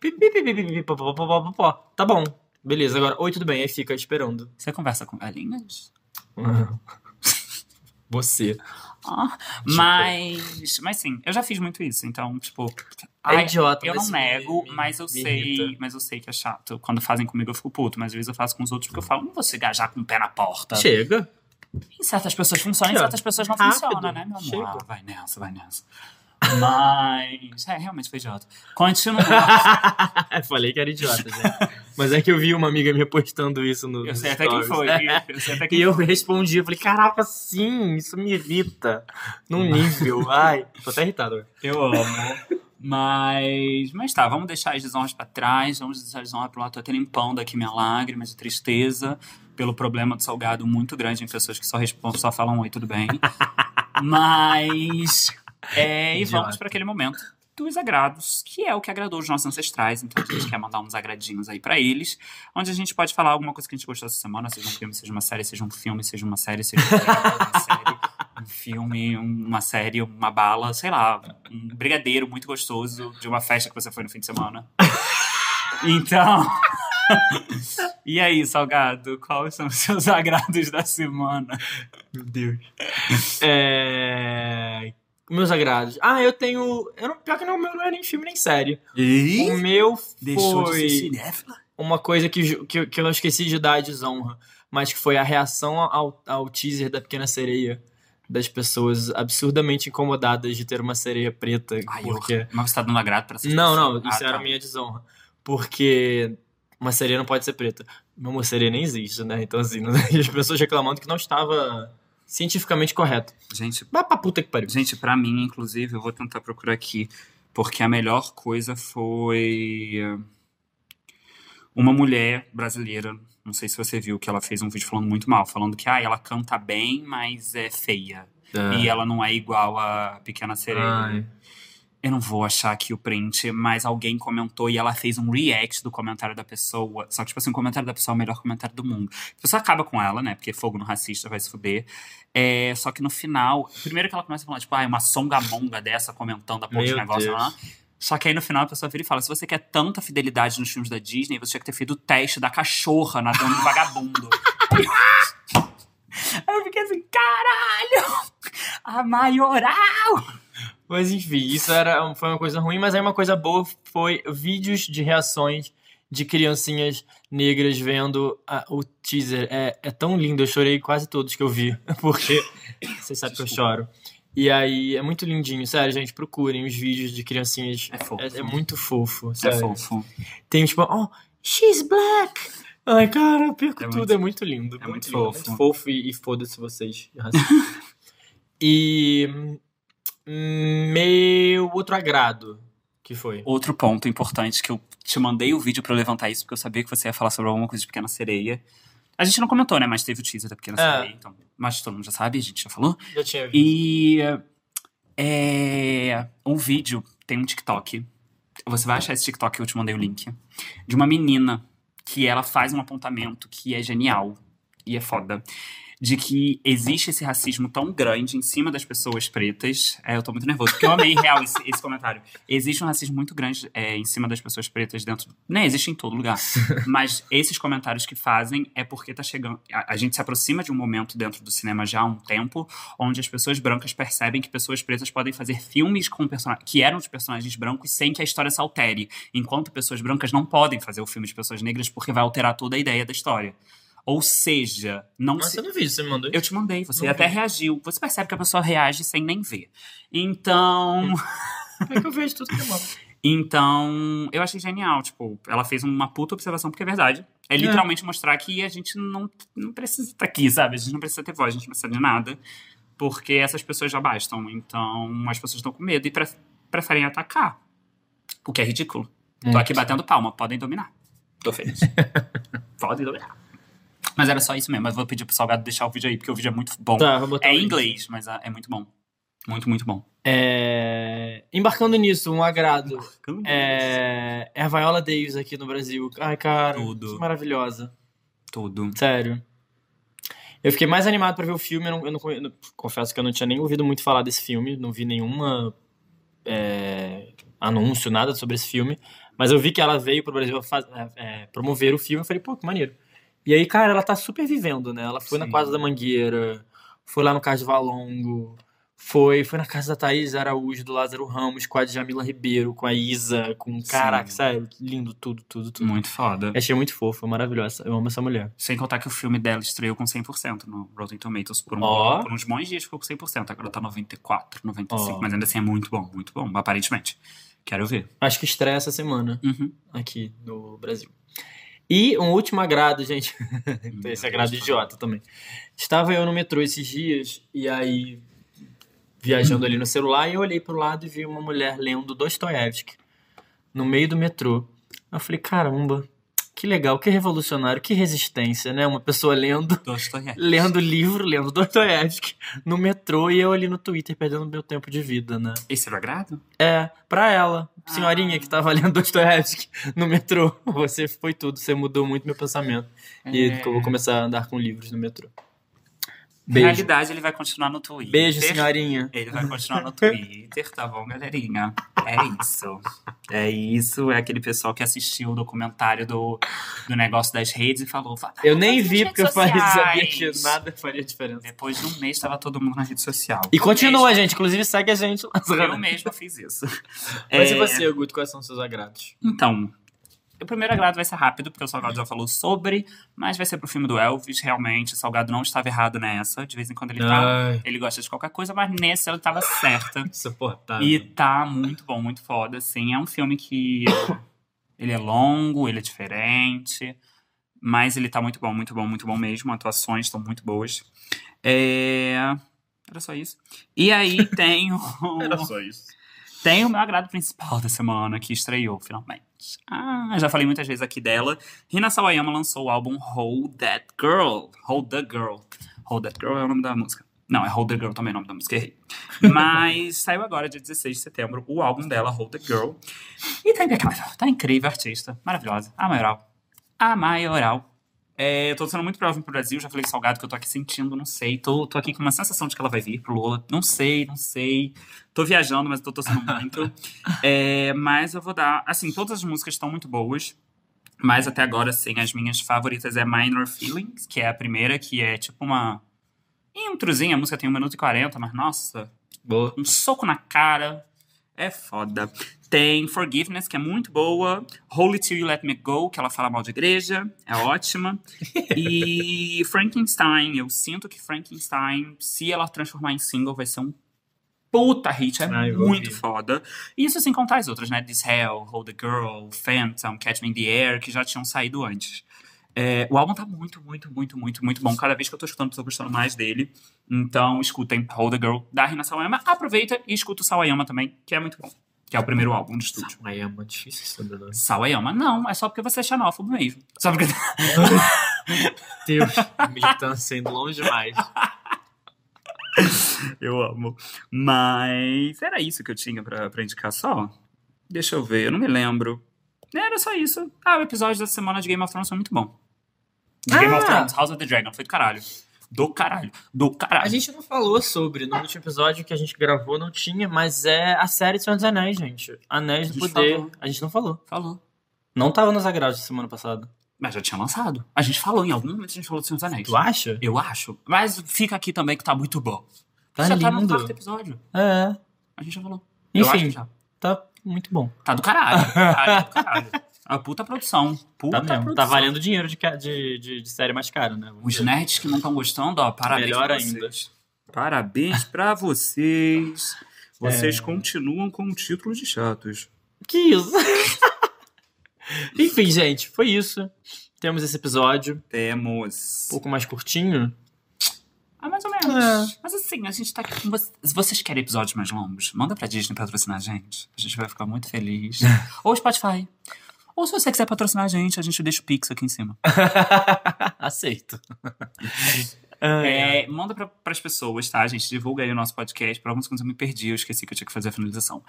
Tá bom. Beleza, agora, oi, tudo bem? Aí fica esperando. Você conversa com galinhas? Você. Mas sim, eu já fiz muito isso, então, tipo... É idiota, eu não nego, mas eu sei que é chato. Quando fazem comigo eu fico puto, mas às vezes eu faço com os outros porque eu falo, não vou se gajar com o pé na porta. Chega. Em certas pessoas funciona, em certas pessoas não funciona, né, meu amor? Chega. Vai nessa. Mas... realmente foi idiota. Continua. Falei que era idiota, gente. Mas é que eu vi uma amiga me postando isso no Eu sei até quem foi. E eu respondi, eu falei, caraca, sim, isso me irrita. Num nível, ai. Tô até irritado. Eu amo. Mas tá, vamos deixar as desonras pra trás, vamos deixar as desonras pro lado. Tô até limpando aqui minha lágrima de tristeza pelo problema do salgado muito grande em pessoas que só falam oi, tudo bem. Mas... e vamos para aquele momento dos agrados, que é o que agradou os nossos ancestrais. Então a gente quer mandar uns agradinhos aí pra eles, onde a gente pode falar alguma coisa que a gente gostou essa semana, seja um filme, seja uma série, seja um filme, seja uma série, seja uma série, um filme, uma série, uma bala, sei lá, um brigadeiro muito gostoso de uma festa que você foi no fim de semana. Então... E aí, Salgado, quais são os seus agrados da semana? Meu Deus. Meus agrados. Eu tenho... pior que o meu não é nem filme nem série. O meu foi uma coisa que eu esqueci de dar a desonra, mas que foi a reação ao teaser da Pequena Sereia, das pessoas absurdamente incomodadas de ter uma sereia preta. Mas você tá dando agrado pra essas Não, pessoas? isso era a minha desonra. Porque uma sereia não pode ser preta. Uma sereia nem existe, né? Então assim, as pessoas reclamando que não estava... cientificamente correto. Gente, vai pra puta que pariu. Gente, pra mim, inclusive, eu vou tentar procurar aqui, porque a melhor coisa foi uma mulher brasileira, não sei se você viu, que ela fez um vídeo falando muito mal, falando que ela canta bem, mas é feia. E ela não é igual a Pequena Sereia. Eu não vou achar aqui o print, mas alguém comentou e ela fez um react do comentário da pessoa. Só que, tipo assim, o comentário da pessoa é o melhor comentário do mundo. A pessoa acaba com ela, né? Porque fogo no racista vai se fuder. Só que no final, primeiro que ela começa a falar, tipo, uma songamonga dessa comentando a porra de negócio lá. Só que aí no final a pessoa vira e fala, se você quer tanta fidelidade nos filmes da Disney, você tinha que ter feito o teste da cachorra nadando no vagabundo. Aí eu fiquei assim, caralho! A maioral! Mas enfim, isso foi uma coisa ruim, mas aí uma coisa boa foi vídeos de reações de criancinhas negras vendo o teaser. É tão lindo, eu chorei quase todos que eu vi, porque vocês sabem que eu choro. E aí é muito lindinho, sério, gente, procurem os vídeos de criancinhas. É fofo. É muito fofo, sério. É fofo. Tem tipo, she's black! Ai, cara, eu perco É tudo. muito- É muito lindo. é muito lindo, fofo. Muito fofo e foda-se vocês. E meu outro agrado, que foi? Outro ponto importante que eu te mandei o vídeo pra eu levantar isso, porque eu sabia que você ia falar sobre alguma coisa de Pequena Sereia. A gente não comentou, né? Mas teve o teaser da Pequena Sereia, então. Mas todo mundo já sabe, a gente já falou. Já tinha visto. E um vídeo, tem um TikTok. Você vai achar esse TikTok, eu te mandei o link. De uma menina que ela faz um apontamento que é genial. E é foda. De que existe esse racismo tão grande em cima das pessoas pretas. Eu tô muito nervoso, porque eu amei real esse comentário. Existe um racismo muito grande em cima das pessoas pretas dentro... Né, existe em todo lugar. Mas esses comentários que fazem é porque tá chegando... A gente se aproxima de um momento dentro do cinema já há um tempo, onde as pessoas brancas percebem que pessoas pretas podem fazer filmes com que eram de personagens brancos sem que a história se altere. Enquanto pessoas brancas não podem fazer o filme de pessoas negras porque vai alterar toda a ideia da história. Ou seja, Mas você não viu, você me mandou? Eu te mandei, você Não até vi. reagiu. Você percebe que a pessoa reage sem nem ver. Então, É que eu vejo tudo que eu mando. então, eu achei genial. Tipo, ela fez uma puta observação, porque é verdade. É literalmente mostrar que a gente não precisa estar aqui, sabe? A gente não precisa ter voz, a gente não precisa de nada. Porque essas pessoas já bastam. Então, as pessoas estão com medo e preferem atacar. O que é ridículo. Tô aqui batendo palma, podem dominar. Tô feliz. Podem dominar. Mas era só isso mesmo, mas vou pedir pro Salgado deixar o vídeo aí, porque o vídeo é muito bom. Tá, vou botar É o em link. inglês, mas é muito bom. Muito, muito bom. Embarcando nisso, um agrado. É a Viola Davis aqui no Brasil. Ai, cara, Tudo. que maravilhosa. Tudo. Sério. Eu fiquei mais animado pra ver o filme. Eu não confesso que eu não tinha nem ouvido muito falar desse filme. Não vi nenhuma anúncio, nada sobre esse filme. Mas eu vi que ela veio pro Brasil promover o filme. Eu falei, pô, que maneiro. E aí, cara, ela tá super vivendo, né? Ela foi na Sim. Casa da Mangueira, foi lá no Cais do Valongo, foi na casa da Thaís Araújo, do Lázaro Ramos, com a Djamila Ribeiro, com a Isa, com... Caraca, Sim. sério, que lindo, tudo. Muito foda. Achei muito fofo, maravilhosa. Eu amo essa mulher. Sem contar que o filme dela estreou com 100% no Rotten Tomatoes. Por uns bons dias ficou com 100%. Agora tá 94, 95. Mas ainda assim é muito bom, aparentemente. Quero ver. Acho que estreia essa semana Uhum. aqui no Brasil. E um último agrado, gente. Esse agrado idiota também. Estava eu no metrô esses dias, e aí, viajando ali no celular, e eu olhei pro lado e vi uma mulher lendo Dostoiévski no meio do metrô. Eu falei, caramba, que legal, que revolucionário, que resistência, né? Uma pessoa lendo livro, lendo Dostoiévski no metrô, e eu ali no Twitter perdendo meu tempo de vida, né? Esse era o agrado? Pra ela, senhorinha que tava lendo Dostoiévski no metrô. Você foi tudo, você mudou muito meu pensamento. E eu vou começar a andar com livros no metrô. Na Beijo. realidade, ele vai continuar no Twitter. Beijo, senhorinha. Ele vai continuar no Twitter, tá bom, galerinha? É isso. É aquele pessoal que assistiu o documentário do negócio das redes e falou... Eu nem vi, porque eu sabia sociais. que nada faria diferença. Depois de um mês, tava todo mundo na rede social. E continua, gente. Inclusive, segue a gente lá. Eu mesma fiz isso. Mas e você, Guto? Quais são os seus agrados? Então, o primeiro agrado vai ser rápido, porque o Salgado já falou sobre, mas vai ser pro filme do Elvis, realmente. O Salgado não estava errado nessa. De vez em quando ele gosta de qualquer coisa, mas nesse ele tava certa. Insuportável. E tá muito bom, muito foda, assim. É um filme que ele é longo, ele é diferente, mas ele tá muito bom mesmo. Atuações estão muito boas. Era só isso. E aí tem Era só isso. Tem o meu agrado principal da semana, que estreou, finalmente. Já falei muitas vezes aqui dela. Rina Sawayama lançou o álbum Hold That Girl. Hold the Girl. Hold That Girl é o nome da música. Não, é Hold the Girl também é o nome da música, errei. Mas saiu agora, dia 16 de setembro, o álbum dela, Hold the Girl. E tá impecável, tá incrível, artista, maravilhosa. A maioral. Eu tô sendo muito próximo pro Brasil, já falei com o Salgado que eu tô aqui sentindo, não sei. Tô aqui com uma sensação de que ela vai vir pro Lola. Não sei. Tô viajando, mas tô torcendo muito. Mas eu vou dar... Assim, todas as músicas estão muito boas. Mas até agora, assim, as minhas favoritas é Minor Feelings, que é a primeira, que é tipo uma introzinha. A música tem 1 minuto e 40, mas nossa... Boa. Um soco na cara. É foda. Tem Forgiveness, que é muito boa. Holy Till You Let Me Go, que ela fala mal de igreja. É ótima. E Frankenstein. Eu sinto que Frankenstein, se ela transformar em single, vai ser um puta hit. É muito foda. Isso sem contar as outras, né? This Hell, Hold the Girl, Phantom, Catch Me in the Air, que já tinham saído antes. O álbum tá muito, muito, muito, muito, muito bom. Cada vez que eu tô escutando, tô gostando mais dele. Então, escutem Hold the Girl, da Rina Sawayama. Aproveita e escuta o Sawayama também, que é muito bom. Que é o primeiro álbum de estúdio. Sawayama, difícil saber, né? Sawayama, não. É só porque você é xenófobo mesmo. Só porque... Deus, militância indo longe demais. Eu amo. Mas era isso que eu tinha pra indicar só? Deixa eu ver, eu não me lembro. Era só isso. O episódio da semana de Game of Thrones foi muito bom. De Game of Thrones, House of the Dragon. Foi do caralho. Do caralho. Do caralho. A gente não falou sobre, no último episódio que a gente gravou não tinha, mas é a série Senhor dos Anéis, gente. Anéis do Poder. Falou. A gente não falou. Falou. Não tava nos agrados da semana passada. Mas já tinha lançado. A gente falou, em algum momento a gente falou do Senhor dos Anéis. Tu acha? Eu acho. Mas fica aqui também que tá muito bom. Tá já lindo. tá no quarto episódio. É. A gente já falou. Eu acho Enfim, que já. tá muito bom. Tá do caralho. Tá do caralho. A puta produção. Puta Tá mesmo. produção. Tá valendo dinheiro de série mais cara, né? Vamos Os ver. nerds que não estão gostando, ó, parabéns Melhor pra ainda. vocês. Parabéns pra vocês. Vocês continuam com o título de chatos. Que isso? Enfim, gente, foi isso. Temos esse episódio. Temos. Um pouco mais curtinho. Mais ou menos. Mas assim, a gente tá aqui com vocês. Se vocês querem episódios mais longos, manda pra Disney patrocinar a gente. A gente vai ficar muito feliz. Ou Spotify. Ou se você quiser patrocinar a gente deixa o Pix aqui em cima. Aceito. Manda pras pessoas, tá, gente? Divulga aí o nosso podcast. Por alguns segundos eu me perdi, eu esqueci que eu tinha que fazer a finalização.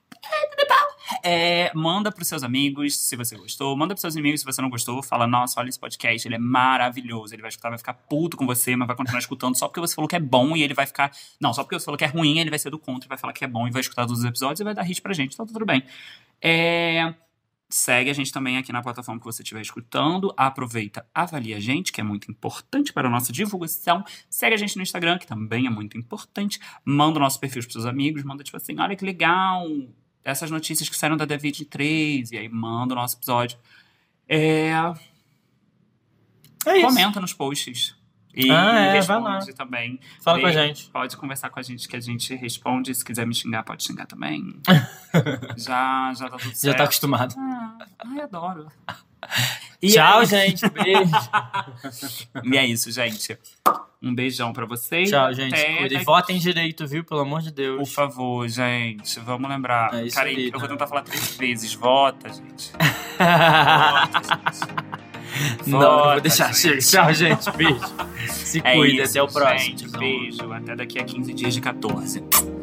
Manda pros seus amigos se você gostou. Manda pros seus inimigos se você não gostou. Fala, nossa, olha esse podcast, ele é maravilhoso. Ele vai escutar, vai ficar puto com você, mas vai continuar escutando só porque você falou que é bom e ele vai ficar... Não, só porque você falou que é ruim, ele vai ser do contra e vai falar que é bom e vai escutar todos os episódios e vai dar hit pra gente. Então tá tudo bem. Segue a gente também aqui na plataforma que você estiver escutando. Aproveita, avalia a gente, que é muito importante para a nossa divulgação. Segue a gente no Instagram, que também é muito importante. Manda o nosso perfil pros seus amigos. Manda tipo assim, olha que legal... Essas notícias que saíram da D23, e aí manda o nosso episódio. Comenta nos posts. E responde vai lá. também. Fala com a gente. Pode conversar com a gente que a gente responde. Se quiser me xingar, pode xingar também. já tá tudo certo. Já tá acostumado. Adoro. Tchau, gente. Beijo. E é isso, gente. Um beijão pra vocês. Tchau, gente. E votem direito, viu? Pelo amor de Deus. Por favor, gente. Vamos lembrar. É isso Cara, aí, eu vou tentar falar 3 vezes. Vota, gente. Não vou deixar. Chega. Tchau, gente. Beijo. Se cuida. Isso, até o próximo. Gente, beijo. Até daqui a 15 dias de 14.